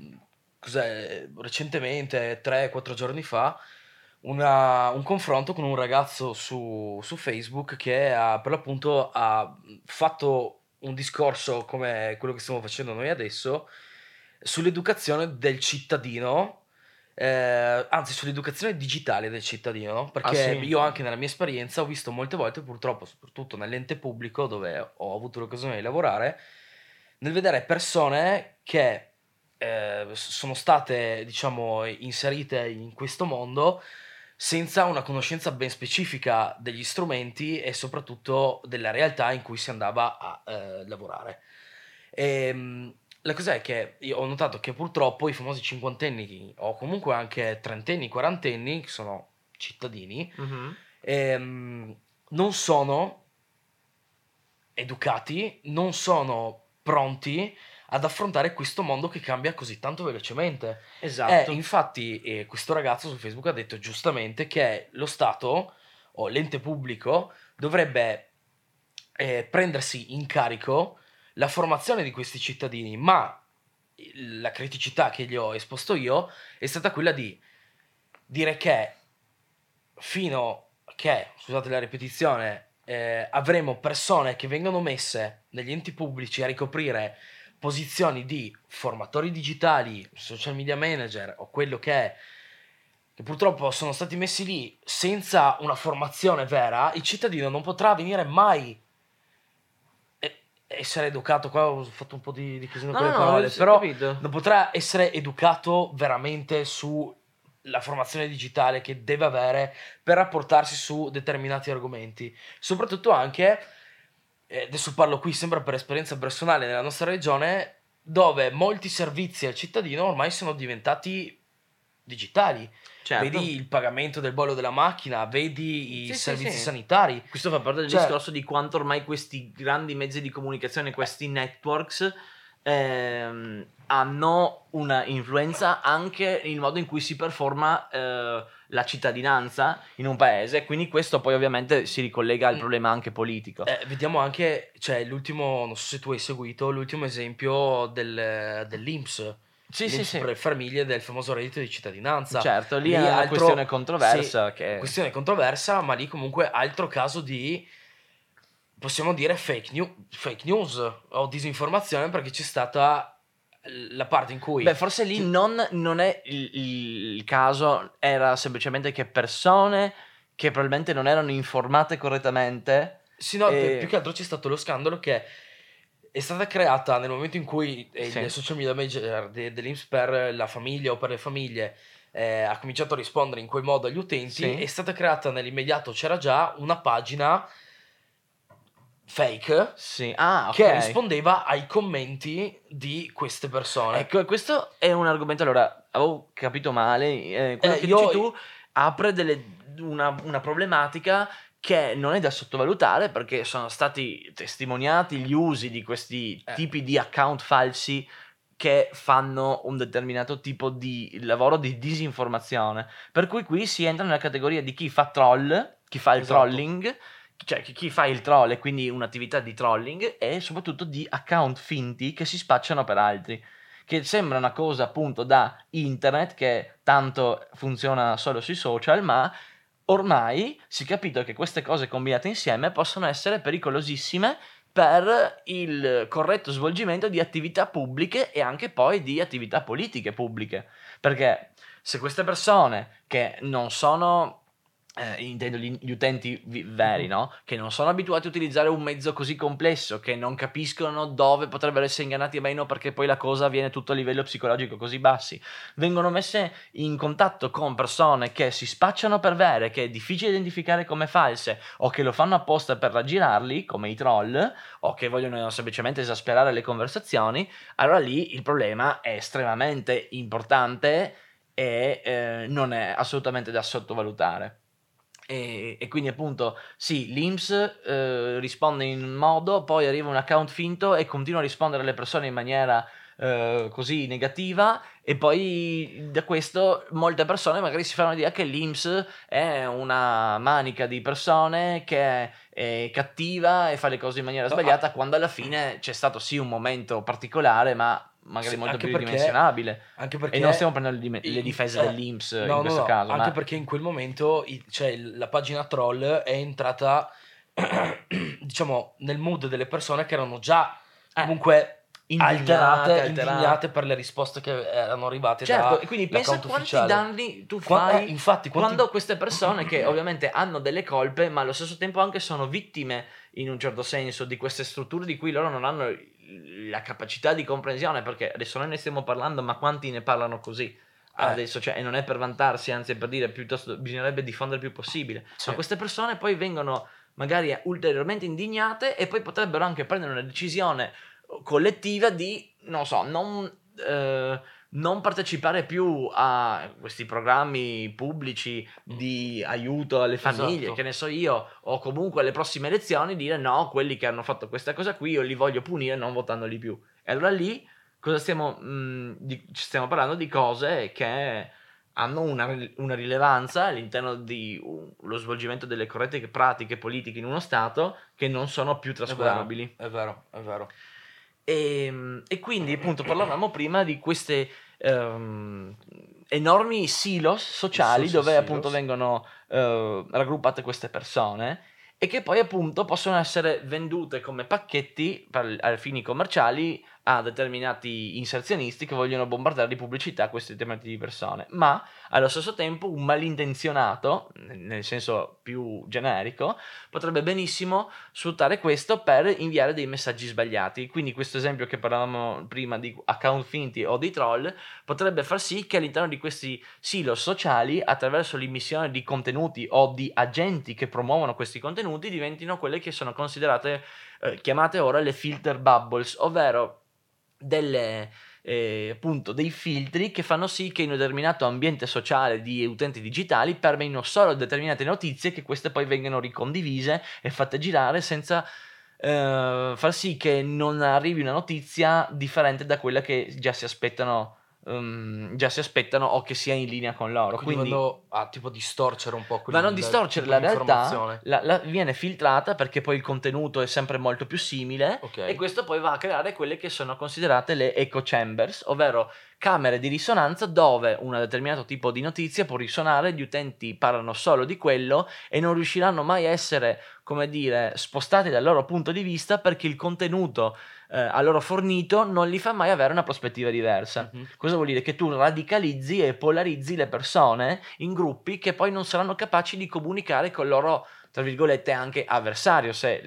recentemente, 3-4 giorni fa, un confronto con un ragazzo su Facebook che per l'appunto ha fatto un discorso come quello che stiamo facendo noi adesso sull'educazione del cittadino, anzi sull'educazione digitale del cittadino, no? Perché io anche nella mia esperienza ho visto molte volte, purtroppo soprattutto nell'ente pubblico dove ho avuto l'occasione di lavorare, nel vedere persone che sono state, diciamo, inserite in questo mondo senza una conoscenza ben specifica degli strumenti e soprattutto della realtà in cui si andava a lavorare. La cosa è che io ho notato che purtroppo i famosi cinquantenni o comunque anche trentenni, quarantenni, che sono cittadini, non sono educati, non sono pronti ad affrontare questo mondo che cambia così tanto velocemente. Esatto. Infatti questo ragazzo su Facebook ha detto giustamente che lo Stato o l'ente pubblico dovrebbe prendersi in carico la formazione di questi cittadini, ma la criticità che gli ho esposto io è stata quella di dire che fino a che, scusate la ripetizione, avremo persone che vengono messe negli enti pubblici a ricoprire posizioni di formatori digitali, social media manager o quello che è, che purtroppo sono stati messi lì senza una formazione vera, il cittadino non potrà venire mai essere educato. Qua ho fatto un po' di casino con le parole, però capito. non potrà essere educato veramente su la formazione digitale che deve avere per rapportarsi su determinati argomenti. Soprattutto anche, adesso parlo qui sempre per esperienza personale nella nostra regione, dove molti servizi al cittadino ormai sono diventati digitali. Certo. Vedi il pagamento del bollo della macchina, vedi i Sì, servizi sì. sanitari. Questo fa parte del discorso di quanto ormai questi grandi mezzi di comunicazione, questi networks, hanno una influenza anche nel modo in cui si performa la cittadinanza in un paese, quindi questo poi ovviamente si ricollega al problema anche politico. Vediamo anche, cioè l'ultimo, non so se tu hai seguito, l'ultimo esempio dell'INPS. Sì. Per le famiglie del famoso reddito di cittadinanza. Certo, lì è una questione controversa. Sì, questione controversa, ma lì comunque altro caso di, possiamo dire, fake news o disinformazione, perché c'è stata la parte in cui... forse lì non è il caso, era semplicemente che persone che probabilmente non erano informate correttamente. Sì, no, più che altro c'è stato lo scandalo che è stata creata nel momento in cui il social media manager dell'INPS per la famiglia o per le famiglie ha cominciato a rispondere in quel modo agli utenti. È stata creata nell'immediato, c'era già una pagina fake che rispondeva ai commenti di queste persone. Ecco, questo è un argomento, allora, avevo capito male, quello che dici tu apre una problematica che non è da sottovalutare, perché sono stati testimoniati gli usi di questi tipi di account falsi che fanno un determinato tipo di lavoro di disinformazione, per cui qui si entra nella categoria di chi fa troll, chi fa il trolling, cioè chi fa il troll e quindi un'attività di trolling, e soprattutto di account finti che si spacciano per altri, che sembra una cosa appunto da internet che tanto funziona solo sui social, ma ormai si è capito che queste cose combinate insieme possono essere pericolosissime per il corretto svolgimento di attività pubbliche e anche poi di attività politiche pubbliche, perché se queste persone che non sono intendo gli utenti veri, no? Che non sono abituati a utilizzare un mezzo così complesso, che non capiscono dove potrebbero essere ingannati o meno, perché poi la cosa avviene tutto a livello psicologico così bassi, vengono messe in contatto con persone che si spacciano per vere, che è difficile identificare come false, o che lo fanno apposta per raggirarli, come i troll, o che vogliono semplicemente esasperare le conversazioni. Allora lì il problema è estremamente importante e non è assolutamente da sottovalutare. E quindi appunto sì, l'INPS risponde in un modo, poi arriva un account finto e continua a rispondere alle persone in maniera così negativa, e poi da questo molte persone magari si fanno l'idea che l'INPS è una manica di persone che è cattiva e fa le cose in maniera sbagliata, quando alla fine c'è stato sì un momento particolare, ma magari molto più ridimensionabile, anche perché e non stiamo prendendo le difese dell'INPS in questo caso, anche perché in quel momento cioè, la pagina troll è entrata diciamo nel mood delle persone che erano già comunque indignate per le risposte che erano arrivate. Certo, e quindi pensa quanti danni tu fai infatti, quando queste persone, che ovviamente hanno delle colpe, ma allo stesso tempo anche sono vittime in un certo senso di queste strutture di cui loro non hanno la capacità di comprensione, perché adesso noi ne stiamo parlando, ma quanti ne parlano così adesso, cioè, e non è per vantarsi, anzi è per dire piuttosto bisognerebbe diffondere il più possibile, ma queste persone poi vengono magari ulteriormente indignate e poi potrebbero anche prendere una decisione collettiva di, non so, non partecipare più a questi programmi pubblici di aiuto alle famiglie, che ne so io, o comunque alle prossime elezioni dire no, quelli che hanno fatto questa cosa qui io li voglio punire non votandoli più. E allora lì cosa stiamo parlando di cose che hanno una rilevanza all'interno di lo svolgimento delle corrette pratiche politiche in uno Stato, che non sono più trascurabili. È vero. E quindi appunto parlavamo prima di queste enormi silos sociali dove appunto vengono raggruppate queste persone, e che poi appunto possono essere vendute come pacchetti per fini commerciali a determinati inserzionisti che vogliono bombardare di pubblicità queste determinate persone, ma allo stesso tempo un malintenzionato, nel senso più generico, potrebbe benissimo sfruttare questo per inviare dei messaggi sbagliati. Quindi questo esempio che parlavamo prima di account finti o di troll potrebbe far sì che all'interno di questi silos sociali, attraverso l'immissione di contenuti o di agenti che promuovono questi contenuti, diventino quelle che sono considerate chiamate ora le filter bubbles, ovvero delle appunto dei filtri che fanno sì che in un determinato ambiente sociale di utenti digitali permeino solo determinate notizie, che queste poi vengano ricondivise e fatte girare senza far sì che non arrivi una notizia differente da quella che già si aspettano o che sia in linea con loro. Quindi vanno a tipo distorcere un po' vanno a distorcere la realtà, informazione. viene filtrata perché poi il contenuto è sempre molto più simile, Ok. e questo poi va a creare quelle che sono considerate le echo chambers, ovvero camere di risonanza dove un determinato tipo di notizia può risuonare, gli utenti parlano solo di quello e non riusciranno mai a essere, come dire, spostati dal loro punto di vista, perché il contenuto a loro fornito non li fa mai avere una prospettiva diversa. Mhm. Cosa vuol dire? Che tu radicalizzi e polarizzi le persone in gruppi che poi non saranno capaci di comunicare con il loro, tra virgolette, anche avversario, se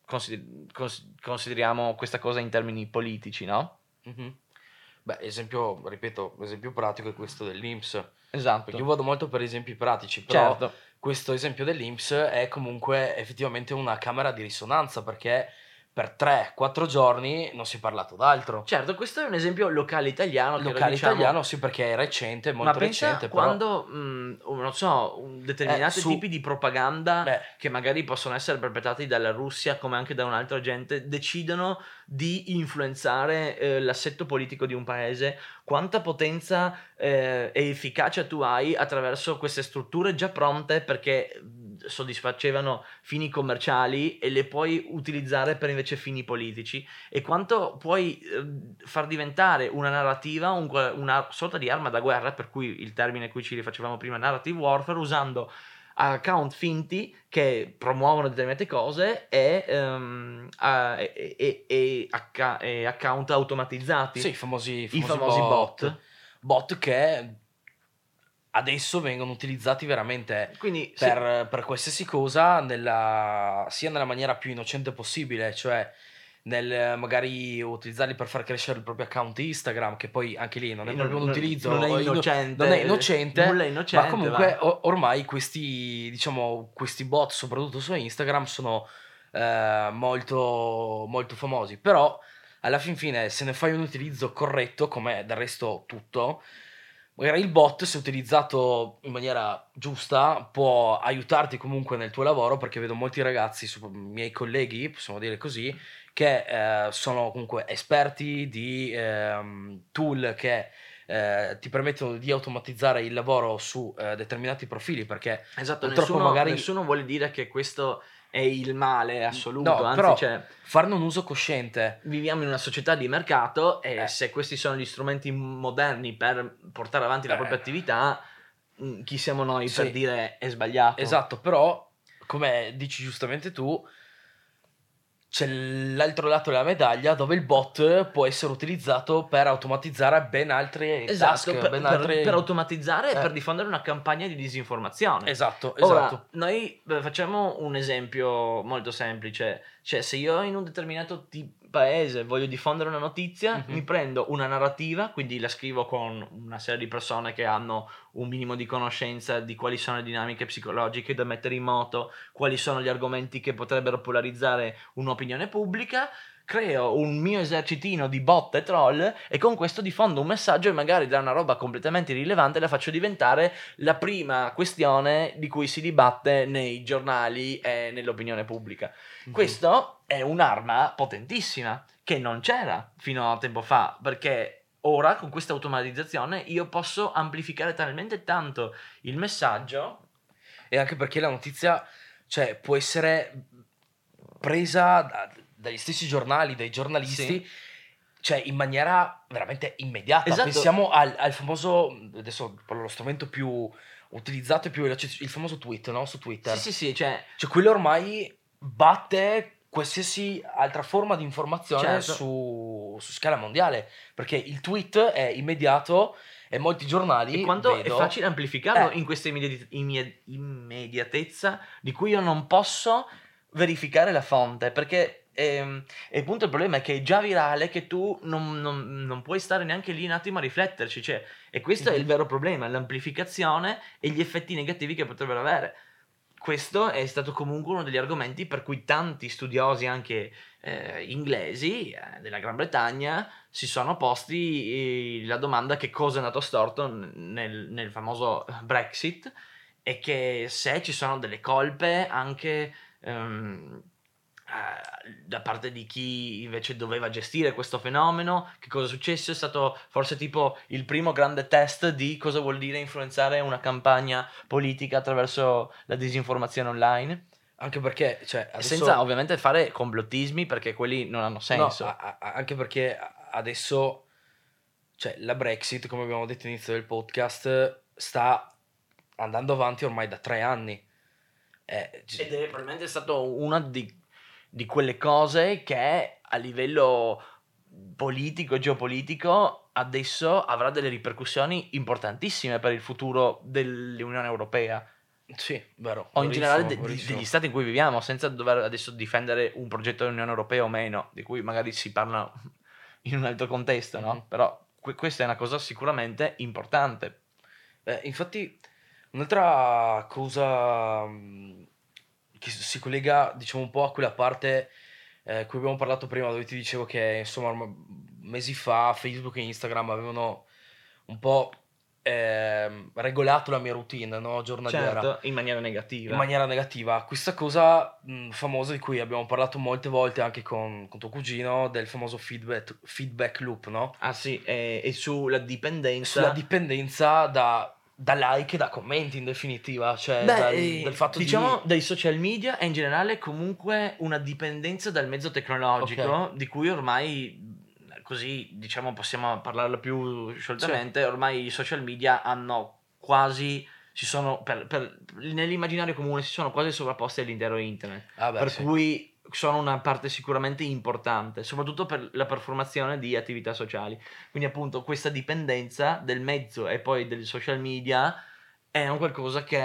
consideriamo questa cosa in termini politici, no? Mhm. Beh, esempio pratico è questo dell'INPS. Esatto. Perché io vado molto per esempi pratici, però Certo. questo esempio dell'INPS è comunque effettivamente una camera di risonanza, perché per 3-4 giorni non si è parlato d'altro. Certo, questo è un esempio locale italiano. Locale italiano, sì, perché è recente, molto recente. Quando, non so, determinati tipi di propaganda che magari possono essere perpetrati dalla Russia come anche da un altro agente decidono di influenzare l'assetto politico di un paese, quanta potenza e efficacia tu hai attraverso queste strutture già pronte, perché soddisfacevano fini commerciali, e le puoi utilizzare per invece fini politici, e quanto puoi far diventare una narrativa una sorta di arma da guerra, per cui il termine a cui ci rifacevamo prima, narrative warfare, usando account finti che promuovono determinate cose e account automatizzati. Sì, i famosi bot che adesso vengono utilizzati veramente Quindi, per qualsiasi cosa, sia nella maniera più innocente possibile, cioè nel magari utilizzarli per far crescere il proprio account Instagram, che poi anche lì non è proprio un utilizzo, non è innocente, nulla è innocente, ma comunque ormai questi bot, soprattutto su Instagram, sono molto, molto famosi. Però alla fin fine, se ne fai un utilizzo corretto, come del resto tutto, magari il bot, se utilizzato in maniera giusta, può aiutarti comunque nel tuo lavoro, perché vedo molti ragazzi, miei colleghi, possiamo dire così, che sono comunque esperti di tool che ti permettono di automatizzare il lavoro su determinati profili, perché esatto, purtroppo nessuno vuole dire che questo è il male assoluto, no, anzi, però cioè, farne un uso cosciente. Viviamo in una società di mercato e se questi sono gli strumenti moderni per portare avanti la propria attività, chi siamo noi per dire è sbagliato? Esatto, però come dici giustamente tu, c'è l'altro lato della medaglia, dove il bot può essere utilizzato per automatizzare ben altre task, per automatizzare e per diffondere una campagna di disinformazione. Esatto. Ora, noi facciamo un esempio molto semplice, cioè se io in un determinato paese voglio diffondere una notizia, mi prendo una narrativa, quindi la scrivo con una serie di persone che hanno un minimo di conoscenza di quali sono le dinamiche psicologiche da mettere in moto, quali sono gli argomenti che potrebbero polarizzare un'opinione pubblica, creo un mio esercitino di bot e troll e con questo diffondo un messaggio e magari da una roba completamente irrilevante la faccio diventare la prima questione di cui si dibatte nei giornali e nell'opinione pubblica. Questo è un'arma potentissima che non c'era fino a tempo fa, perché ora con questa automatizzazione io posso amplificare talmente tanto il messaggio, e anche perché la notizia, cioè, può essere presa dagli stessi giornali, dai giornalisti, cioè in maniera veramente immediata. Esatto. Pensiamo al famoso, adesso parlo lo strumento più utilizzato e più veloce, il famoso tweet, no? Su Twitter. Sì, cioè quello ormai batte qualsiasi altra forma di informazione Certo. su scala mondiale, perché il tweet è immediato e molti giornali E quanto vedo, è facile amplificarlo in questa immediatezza di cui io non posso verificare la fonte, perché e appunto il problema è che è già virale, che tu non puoi stare neanche lì un attimo a rifletterci, cioè, e questo è il vero problema, l'amplificazione e gli effetti negativi che potrebbero avere. Questo è stato comunque uno degli argomenti per cui tanti studiosi, anche inglesi, della Gran Bretagna, si sono posti la domanda che cosa è andato storto nel famoso Brexit, e che se ci sono delle colpe anche da parte di chi invece doveva gestire questo fenomeno. Che cosa è successo? È stato forse tipo il primo grande test di cosa vuol dire influenzare una campagna politica attraverso la disinformazione online. Anche perché, cioè, adesso, senza ovviamente fare complottismi, perché quelli non hanno senso. No, anche perché adesso, cioè, la Brexit, come abbiamo detto all'inizio del podcast, sta andando avanti ormai da 3 anni. Ed è probabilmente stato una di quelle cose che a livello politico e geopolitico adesso avrà delle ripercussioni importantissime per il futuro dell'Unione Europea. Sì, vero. O in generale verissimo. degli stati in cui viviamo, senza dover adesso difendere un progetto dell'Unione Europea o meno, di cui magari si parla in un altro contesto, no? Però questa è una cosa sicuramente importante. Infatti, un'altra cosa che si collega, diciamo, un po' a quella parte cui abbiamo parlato prima, dove ti dicevo che, insomma, mesi fa Facebook e Instagram avevano un po' regolato la mia routine, no? Giornaliera. Certo, in maniera negativa. In maniera negativa. Questa cosa famosa di cui abbiamo parlato molte volte anche con tuo cugino, del famoso feedback loop, no? Ah sì, e sulla dipendenza. Sulla dipendenza da like e da commenti, in definitiva, cioè dal fatto diciamo di... dai social media e in generale comunque una dipendenza dal mezzo tecnologico, di cui ormai, così diciamo possiamo parlarla più scioltamente, ormai i social media hanno quasi, si sono nell'immaginario comune si sono quasi sovrapposti all'intero internet, per cui sono una parte sicuramente importante, soprattutto per la performazione di attività sociali. Quindi appunto questa dipendenza del mezzo e poi del social media è un qualcosa che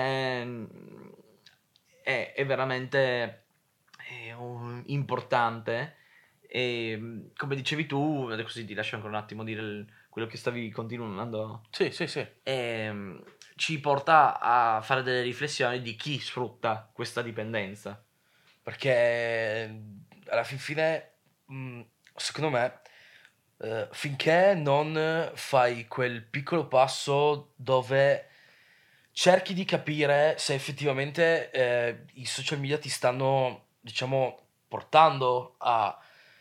è veramente importante. E come dicevi tu, così ti lascio ancora un attimo dire quello che stavi continuando. Sì. Ci porta a fare delle riflessioni di chi sfrutta questa dipendenza. Perché alla fin fine, secondo me, finché non fai quel piccolo passo dove cerchi di capire se effettivamente i social media ti stanno, diciamo, portando a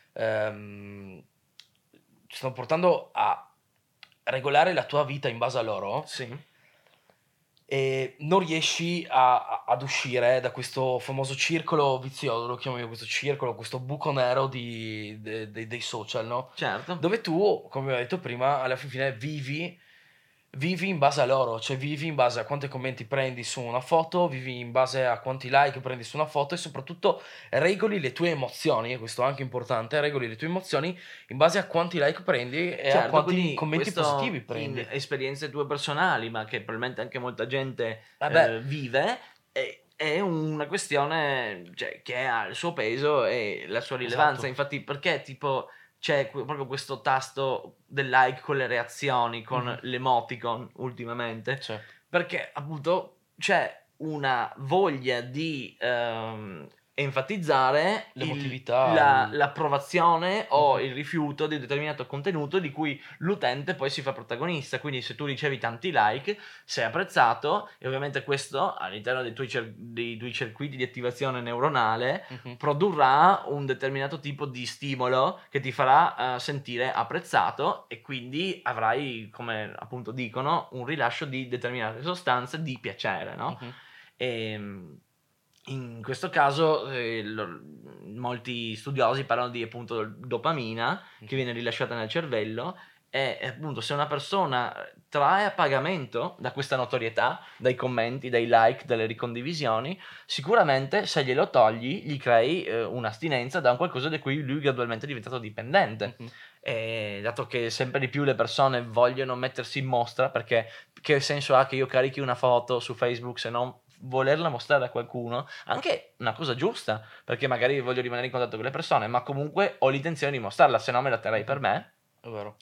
regolare la tua vita in base a loro, Sì. e non riesci ad uscire da questo famoso circolo vizioso, lo chiamo io, questo circolo, questo buco nero dei social, no? Certo. Dove tu, come ho detto prima, alla fine vivi in base a loro, cioè vivi in base a quanti commenti prendi su una foto, vivi in base a quanti like prendi su una foto, e soprattutto regoli le tue emozioni, e questo è anche importante, regoli le tue emozioni in base a quanti like prendi e a quanti commenti positivi prendi. In esperienze tue personali, ma che probabilmente anche molta gente vive, è una questione, cioè, che ha il suo peso e la sua rilevanza. Esatto. Infatti, perché tipo c'è proprio questo tasto del like con le reazioni, con l'emoticon ultimamente? Certo. Perché appunto c'è una voglia di enfatizzare l'emotività, l'approvazione o il rifiuto di un determinato contenuto di cui l'utente poi si fa protagonista. Quindi se tu ricevi tanti like, sei apprezzato, e ovviamente questo all'interno dei tuoi circuiti di attivazione neuronale produrrà un determinato tipo di stimolo che ti farà sentire apprezzato, e quindi avrai, come appunto dicono, un rilascio di determinate sostanze di piacere, no? E in questo caso molti studiosi parlano di appunto dopamina che viene rilasciata nel cervello, E appunto se una persona trae a pagamento da questa notorietà, dai commenti, dai like, dalle ricondivisioni, sicuramente se glielo togli gli crei un'astinenza da un qualcosa di cui lui gradualmente è diventato dipendente. Mhm. E dato che sempre di più le persone vogliono mettersi in mostra, perché che senso ha che io carichi una foto su Facebook se non volerla mostrare a qualcuno? Anche una cosa giusta, perché magari voglio rimanere in contatto con le persone, ma comunque ho l'intenzione di mostrarla, se no me la terrei per me. È vero.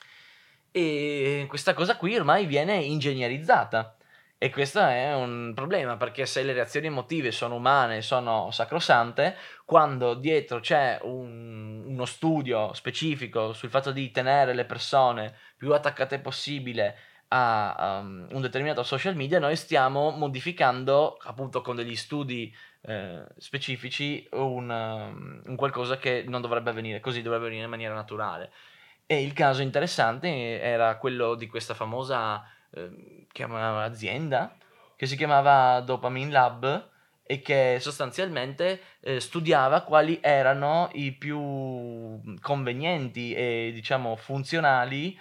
E questa cosa qui ormai viene ingegnerizzata. E questo è un problema, perché se le reazioni emotive sono umane, sono sacrosante, quando dietro c'è uno studio specifico sul fatto di tenere le persone più attaccate possibile a un determinato social media, noi stiamo modificando, appunto con degli studi specifici, un qualcosa che non dovrebbe avvenire così, dovrebbe avvenire in maniera naturale. E il caso interessante era quello di questa famosa azienda che si chiamava Dopamine Lab e che sostanzialmente studiava quali erano i più convenienti e diciamo funzionali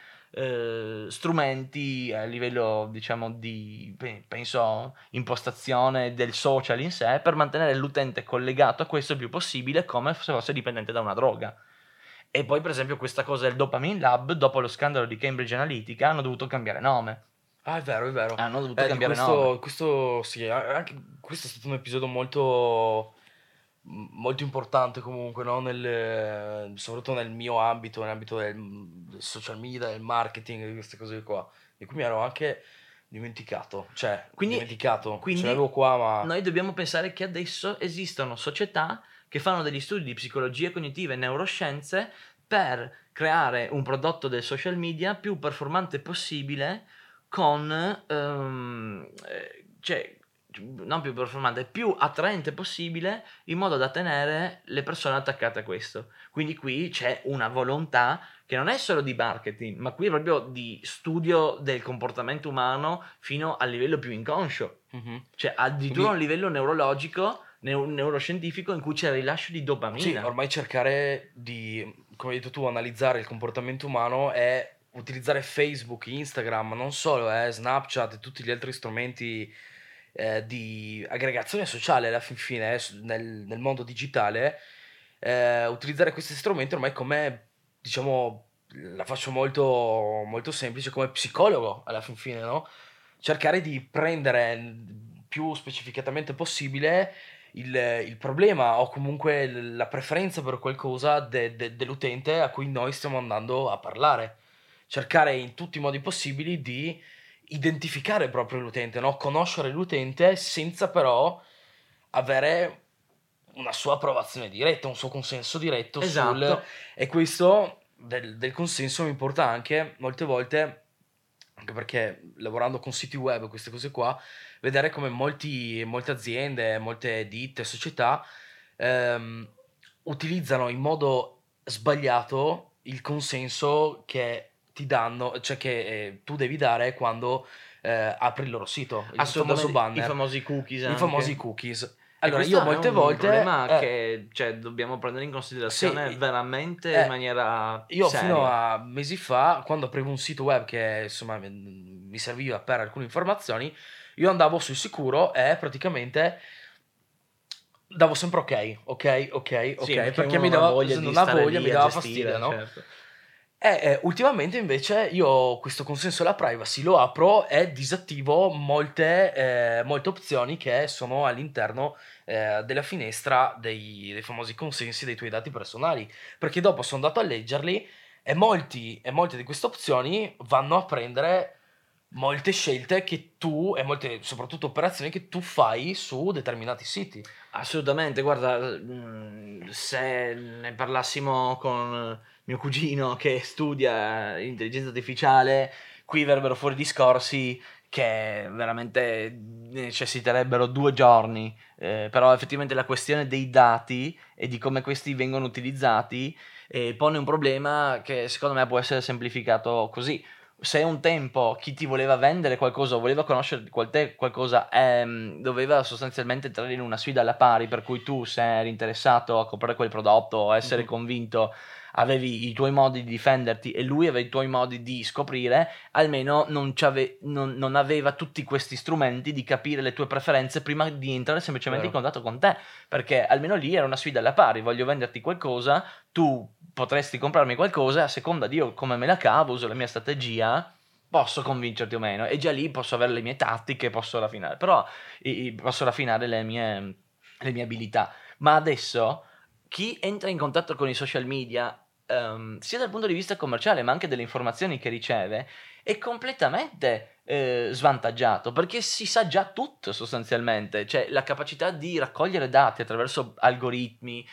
strumenti a livello diciamo di penso impostazione del social in sé per mantenere l'utente collegato a questo il più possibile come se fosse dipendente da una droga. E poi per esempio questa cosa del Dopamine Lab, dopo lo scandalo di Cambridge Analytica, hanno dovuto cambiare nome. Ah, è vero, è vero. Hanno dovuto Di cambiare nome. questo sì, anche questo è stato un episodio molto, molto importante comunque, no? Soprattutto nel mio ambito, nell'ambito del social media, del marketing, di queste cose qua. Di cui mi ero anche dimenticato. Cioè, Quindi ce l'avevo qua, ma... noi dobbiamo pensare che adesso esistono società che fanno degli studi di psicologia cognitiva e neuroscienze per creare un prodotto del social media più performante possibile con cioè non più performante, più attraente possibile in modo da tenere le persone attaccate a questo. Quindi qui c'è una volontà che non è solo di marketing, ma qui è proprio di studio del comportamento umano fino al livello più inconscio. Mhm. Cioè addirittura un livello neurologico, neuroscientifico in cui c'è il rilascio di Sì, dopamina. ormai cercare di, come hai detto tu, analizzare il comportamento umano è utilizzare Facebook, Instagram, non solo, Snapchat e tutti gli altri strumenti di aggregazione sociale alla fin fine nel mondo digitale. Utilizzare questi strumenti ormai come, diciamo, la faccio molto, molto semplice, come psicologo alla fin fine, no? Cercare di prendere più specificatamente possibile il problema o comunque la preferenza per qualcosa dell'utente a cui noi stiamo andando a parlare. Cercare in tutti i modi possibili di identificare proprio l'utente, no? Conoscere l'utente senza però avere una sua approvazione diretta, un suo consenso diretto Esatto. E questo del consenso mi porta anche molte volte, anche perché lavorando con siti web, queste cose qua, vedere come molte aziende, molte ditte, società utilizzano in modo sbagliato il consenso che ti danno, cioè che tu devi dare quando apri il loro sito, il famoso banner, i famosi cookies i anche. famosi cookies. E Allora, questo io molte è un volte problema che cioè, dobbiamo prendere in considerazione sì, veramente in maniera io fino seria. a mesi fa, quando aprivo un sito web che insomma mi serviva per alcune informazioni, io andavo sul sicuro e praticamente davo sempre ok, Sì, perché uno mi non ha dava, voglia se di non ha stare voglia lì mi a dava gestire, fastidio, no? certo. Ultimamente invece io questo consenso alla privacy lo apro e disattivo molte opzioni che sono all'interno della finestra dei famosi consensi dei tuoi dati personali, perché dopo sono andato a leggerli e molte di queste opzioni vanno a prendere molte scelte che tu e molte soprattutto operazioni che tu fai su determinati siti. Assolutamente, guarda, se ne parlassimo con mio cugino che studia intelligenza artificiale, qui verrebbero fuori discorsi che veramente necessiterebbero 2 giorni, però effettivamente la questione dei dati e di come questi vengono utilizzati pone un problema che secondo me può essere semplificato così. Se un tempo chi ti voleva vendere qualcosa o voleva conoscere qualcosa doveva sostanzialmente entrare in una sfida alla pari, per cui tu se eri interessato a comprare quel prodotto o essere Mhm. convinto avevi i tuoi modi di difenderti e lui aveva i tuoi modi di scoprire, almeno non aveva tutti questi strumenti di capire le tue preferenze prima di entrare semplicemente in contatto con te, perché almeno lì era una sfida alla pari, voglio venderti qualcosa, tu potresti comprarmi qualcosa, a seconda di io come me la cavo, uso la mia strategia, posso convincerti o meno, e già lì posso avere le mie tattiche, posso raffinare, però posso raffinare le mie abilità. Ma adesso chi entra in contatto con i social media, sia dal punto di vista commerciale ma anche delle informazioni che riceve, è completamente svantaggiato, perché si sa già tutto sostanzialmente, cioè la capacità di raccogliere dati attraverso algoritmi,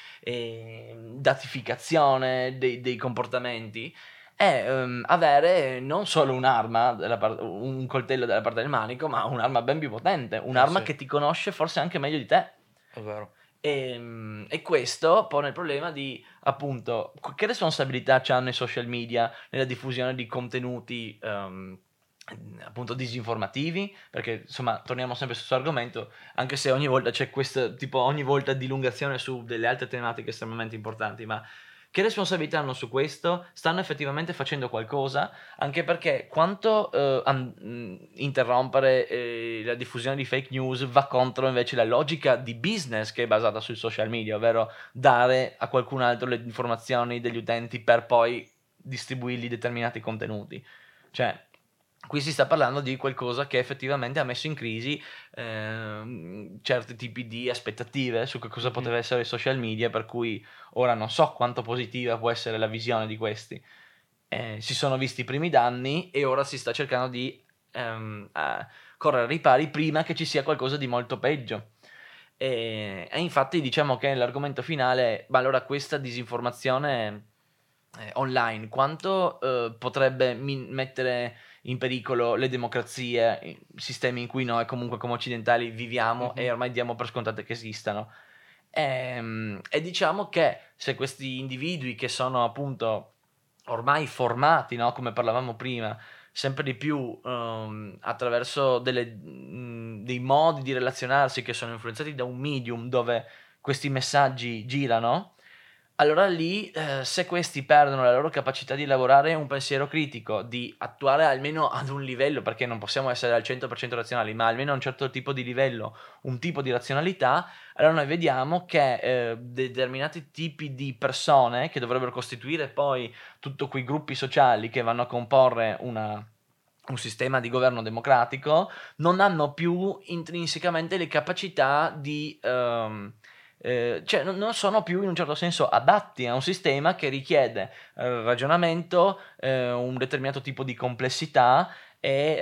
datificazione dei comportamenti, è avere non solo un'arma, un coltello dalla parte del manico, ma un'arma ben più potente, un'arma che ti conosce forse anche meglio di te. È vero. E questo pone il problema di, appunto, che responsabilità hanno i social media nella diffusione di contenuti appunto disinformativi, perché insomma torniamo sempre su questo argomento, anche se ogni volta c'è questa tipo ogni volta dilungazione su delle altre tematiche estremamente importanti, ma che responsabilità hanno su questo? Stanno effettivamente facendo qualcosa? Anche perché quanto interrompere la diffusione di fake news va contro invece la logica di business che è basata sui social media, ovvero dare a qualcun altro le informazioni degli utenti per poi distribuirgli determinati contenuti. Cioè, qui si sta parlando di qualcosa che effettivamente ha messo in crisi certi tipi di aspettative su che cosa poteva essere i social media, per cui ora non so quanto positiva può essere la visione di questi. Si sono visti i primi danni e ora si sta cercando di correre ai ripari prima che ci sia qualcosa di molto peggio. E infatti diciamo che l'argomento finale, ma allora questa disinformazione online quanto potrebbe mettere in pericolo le democrazie, i sistemi in cui noi comunque come occidentali viviamo e ormai diamo per scontate che esistano. E diciamo che se questi individui che sono appunto ormai formati, no? Come parlavamo prima, sempre di più attraverso dei modi di relazionarsi che sono influenzati da un medium dove questi messaggi girano, allora lì se questi perdono la loro capacità di elaborare un pensiero critico, di attuare almeno ad un livello, perché non possiamo essere al 100% razionali, ma almeno a un certo tipo di livello, un tipo di razionalità, allora noi vediamo che determinati tipi di persone che dovrebbero costituire poi tutti quei gruppi sociali che vanno a comporre un sistema di governo democratico non hanno più intrinsecamente le capacità di cioè non sono più in un certo senso adatti a un sistema che richiede ragionamento, un determinato tipo di complessità e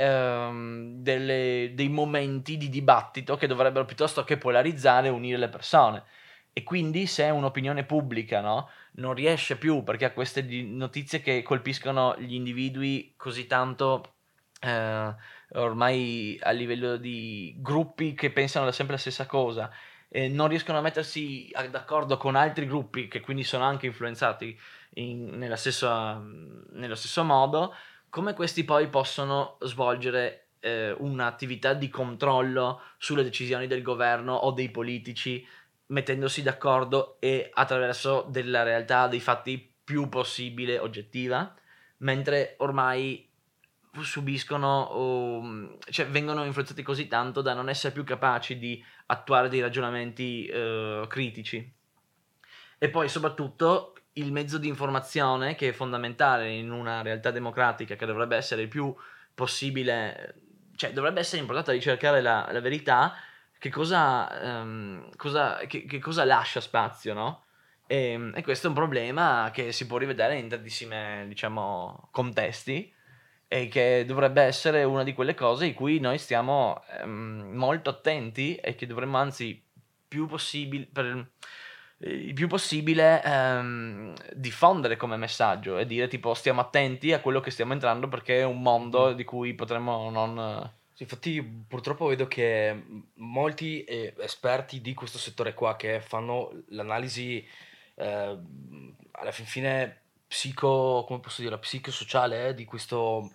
dei momenti di dibattito che dovrebbero piuttosto che polarizzare unire le persone. E quindi se un'opinione pubblica, no, non riesce più perché ha queste notizie che colpiscono gli individui così tanto ormai a livello di gruppi che pensano sempre la stessa cosa, non riescono a mettersi d'accordo con altri gruppi che quindi sono anche influenzati nello stesso modo, come questi poi possono svolgere un'attività di controllo sulle decisioni del governo o dei politici, mettendosi d'accordo e attraverso della realtà dei fatti più possibile oggettiva, mentre ormai subiscono cioè vengono influenzati così tanto da non essere più capaci di attuare dei ragionamenti critici. E poi soprattutto il mezzo di informazione, che è fondamentale in una realtà democratica, che dovrebbe essere il più possibile, cioè dovrebbe essere importante ricercare la verità, che cosa lascia spazio, no? E questo è un problema che si può rivedere in tantissimi, diciamo, contesti, e che dovrebbe essere una di quelle cose in cui noi stiamo molto attenti e che dovremmo anzi il più possibile diffondere come messaggio e dire tipo stiamo attenti a quello che stiamo entrando perché è un mondo di cui potremmo non... Sì, infatti purtroppo vedo che molti esperti di questo settore qua che fanno l'analisi alla fin fine come posso dire, psicosociale di questo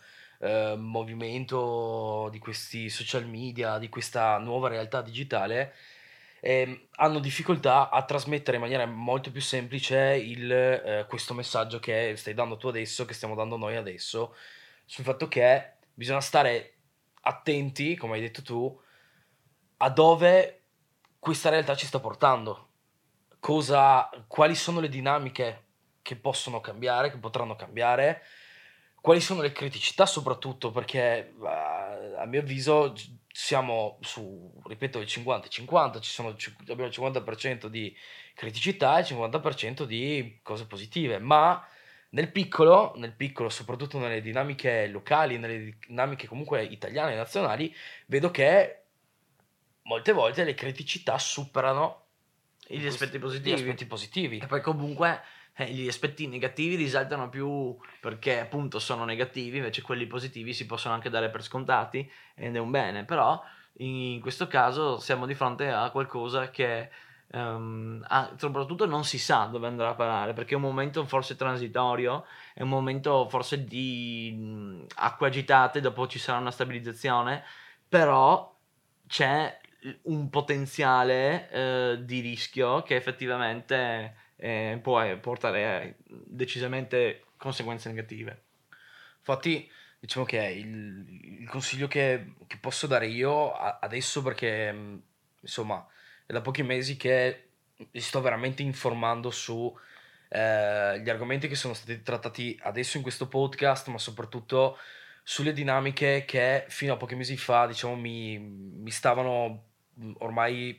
movimento, di questi social media, di questa nuova realtà digitale, hanno difficoltà a trasmettere in maniera molto più semplice questo messaggio che stai dando tu adesso, che stiamo dando noi adesso, sul fatto che bisogna stare attenti, come hai detto tu, a dove questa realtà ci sta portando, quali sono le dinamiche che possono cambiare, che potranno cambiare, quali sono le criticità soprattutto, perché a mio avviso siamo su, ripeto, il 50-50, abbiamo il 50% di criticità e il 50% di cose positive, ma nel piccolo, soprattutto nelle dinamiche locali, nelle dinamiche comunque italiane e nazionali, vedo che molte volte le criticità superano gli aspetti positivi. E poi comunque gli aspetti negativi risaltano più perché appunto sono negativi, invece quelli positivi si possono anche dare per scontati ed è un bene, però in questo caso siamo di fronte a qualcosa che soprattutto non si sa dove andrà a parare, perché è un momento forse transitorio, è un momento forse di acque agitate, dopo ci sarà una stabilizzazione, però c'è un potenziale di rischio che effettivamente può portare decisamente conseguenze negative. Infatti, diciamo che il consiglio che posso dare io adesso, perché insomma è da pochi mesi che mi sto veramente informando su gli argomenti che sono stati trattati adesso in questo podcast, ma soprattutto sulle dinamiche che fino a pochi mesi fa, diciamo, mi stavano ormai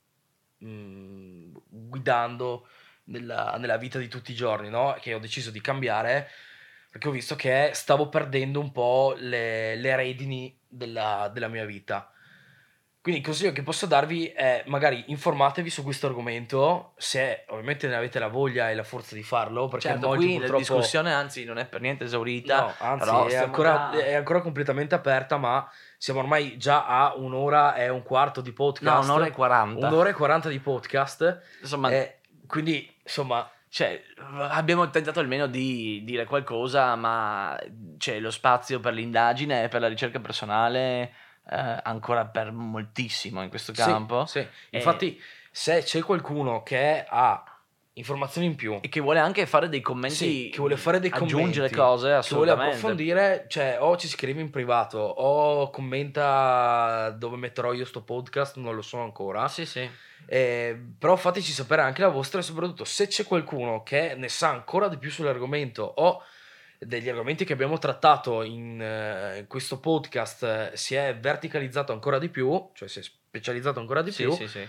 guidando nella vita di tutti i giorni, no? Che ho deciso di cambiare perché ho visto che stavo perdendo un po' le redini della mia vita. Quindi il consiglio che posso darvi è magari informatevi su questo argomento, se ovviamente ne avete la voglia e la forza di farlo, perché certo, molti qui purtroppo... la discussione anzi non è per niente esaurita, No, anzi però è ancora completamente aperta, ma siamo ormai già a 1 ora e 1/4 di podcast. No, 1 ora e 40. 1 ora e 40 di podcast. Insomma, quindi, insomma... Cioè, abbiamo tentato almeno di dire qualcosa, ma c'è lo spazio per l'indagine e per la ricerca personale ancora per moltissimo in questo campo. Sì. Infatti, se c'è qualcuno che ha informazioni in più e che vuole anche fare dei commenti, che vuole fare dei aggiungere commenti, cose, che vuole assolutamente approfondire, cioè o ci scrive in privato o commenta dove metterò io sto podcast, non lo so ancora. Sì. Però fateci sapere anche la vostra, e soprattutto se c'è qualcuno che ne sa ancora di più sull'argomento o degli argomenti che abbiamo trattato in questo podcast si è verticalizzato ancora di più, cioè si è specializzato ancora di più. Sì.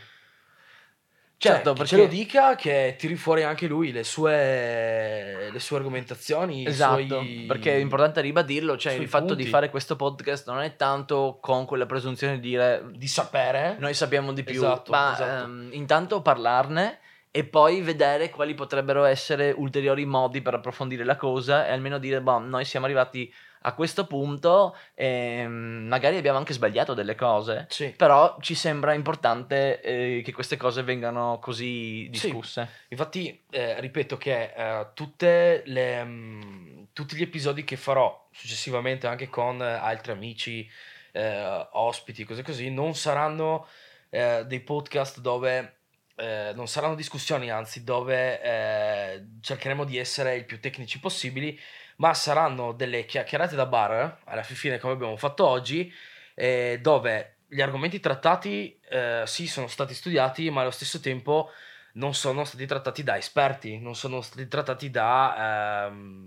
Certo, perché ce lo dica, che tiri fuori anche lui le sue argomentazioni. Esatto, perché è importante ribadirlo, cioè il fatto punti di fare questo podcast non è tanto con quella presunzione di dire di sapere, noi sappiamo di più, esatto. Intanto parlarne e poi vedere quali potrebbero essere ulteriori modi per approfondire la cosa e almeno dire, noi siamo arrivati a questo punto e magari abbiamo anche sbagliato delle cose, però ci sembra importante che queste cose vengano così discusse. Infatti ripeto che tutti gli episodi che farò successivamente anche con altri amici, ospiti, cose così, non saranno dei podcast dove non saranno discussioni, anzi dove cercheremo di essere il più tecnici possibili, ma saranno delle chiacchierate da bar, alla fine come abbiamo fatto oggi, dove gli argomenti trattati sì sono stati studiati, ma allo stesso tempo non sono stati trattati da esperti, non sono stati trattati da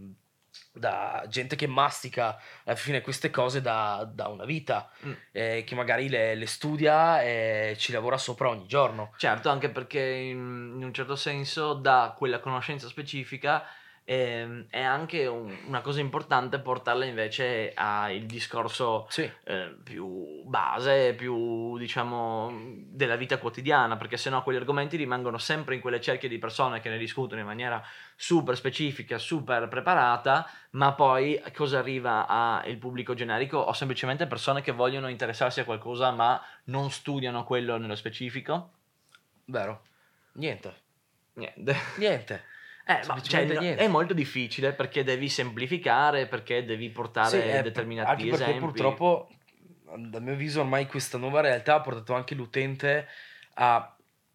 gente che mastica alla fine queste cose da una vita, che magari le studia e ci lavora sopra ogni giorno. Certo, anche perché in un certo senso dà quella conoscenza specifica. È anche una cosa importante portarla invece al discorso più base, più diciamo della vita quotidiana, perché sennò quegli argomenti rimangono sempre in quelle cerchie di persone che ne discutono in maniera super specifica, super preparata, ma poi cosa arriva al pubblico generico o semplicemente persone che vogliono interessarsi a qualcosa ma non studiano quello nello specifico? Vero? Niente. È molto difficile perché devi semplificare, perché devi portare determinati esempi. Perché purtroppo, dal mio avviso, ormai questa nuova realtà ha portato anche l'utente a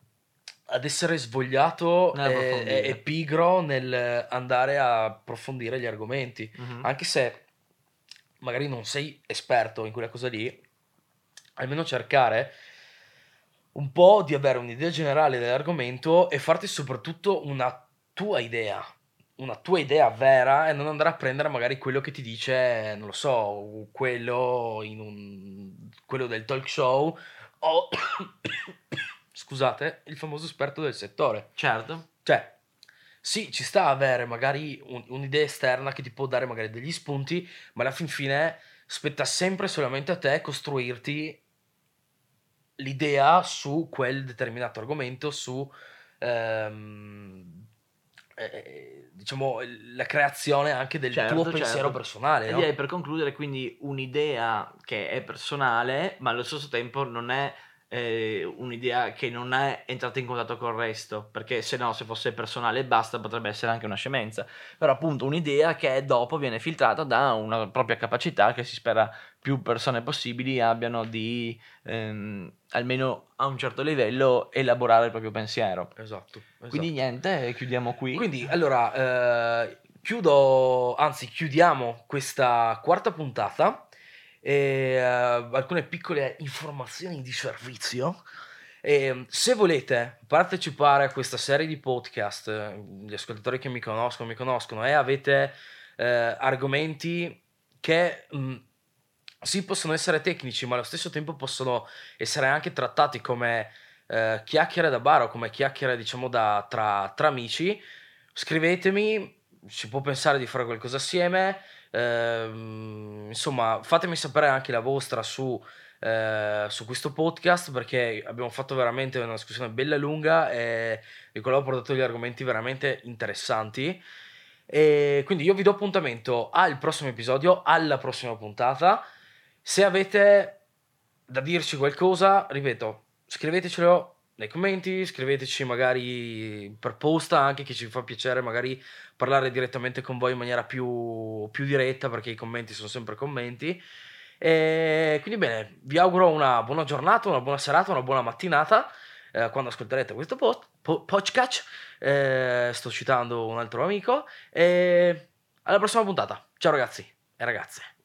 ad essere svogliato e pigro nel andare a approfondire gli argomenti. Anche se magari non sei esperto in quella cosa lì, almeno cercare un po' di avere un'idea generale dell'argomento e farti soprattutto una tua idea vera, e non andare a prendere magari quello che ti dice, non lo so, quello del talk show o scusate, il famoso esperto del settore. Certo. Cioè, sì, ci sta avere magari un'idea esterna che ti può dare magari degli spunti, ma alla fin fine spetta sempre solamente a te costruirti l'idea su quel determinato argomento, su diciamo la creazione anche del tuo pensiero personale, no? E direi, per concludere, quindi un'idea che è personale, ma allo stesso tempo non è un'idea che non è entrata in contatto col resto, perché se no, se fosse personale e basta, potrebbe essere anche una scemenza. Però appunto un'idea che dopo viene filtrata da una propria capacità, che si spera più persone possibili abbiano di almeno a un certo livello elaborare il proprio pensiero. Esatto. Quindi niente, chiudiamo qui. Quindi allora chiudiamo questa quarta puntata e alcune piccole informazioni di servizio. E, se volete partecipare a questa serie di podcast, gli ascoltatori che mi conoscono e avete argomenti che sì, possono essere tecnici, ma allo stesso tempo possono essere anche trattati come chiacchiere da bar o come chiacchiere, diciamo, tra amici, scrivetemi, si può pensare di fare qualcosa assieme. Insomma, fatemi sapere anche la vostra su questo podcast, perché abbiamo fatto veramente una discussione bella lunga e Nicolò ha portato degli argomenti veramente interessanti. E quindi io vi do appuntamento al prossimo episodio, alla prossima puntata. Se avete da dirci qualcosa, ripeto, scrivetecelo nei commenti, scriveteci magari per posta, anche, che ci fa piacere magari parlare direttamente con voi in maniera più diretta, perché i commenti sono sempre commenti. E quindi bene, vi auguro una buona giornata, una buona serata, una buona mattinata quando ascolterete questo podcast. Sto citando un altro amico. E alla prossima puntata. Ciao ragazzi e ragazze.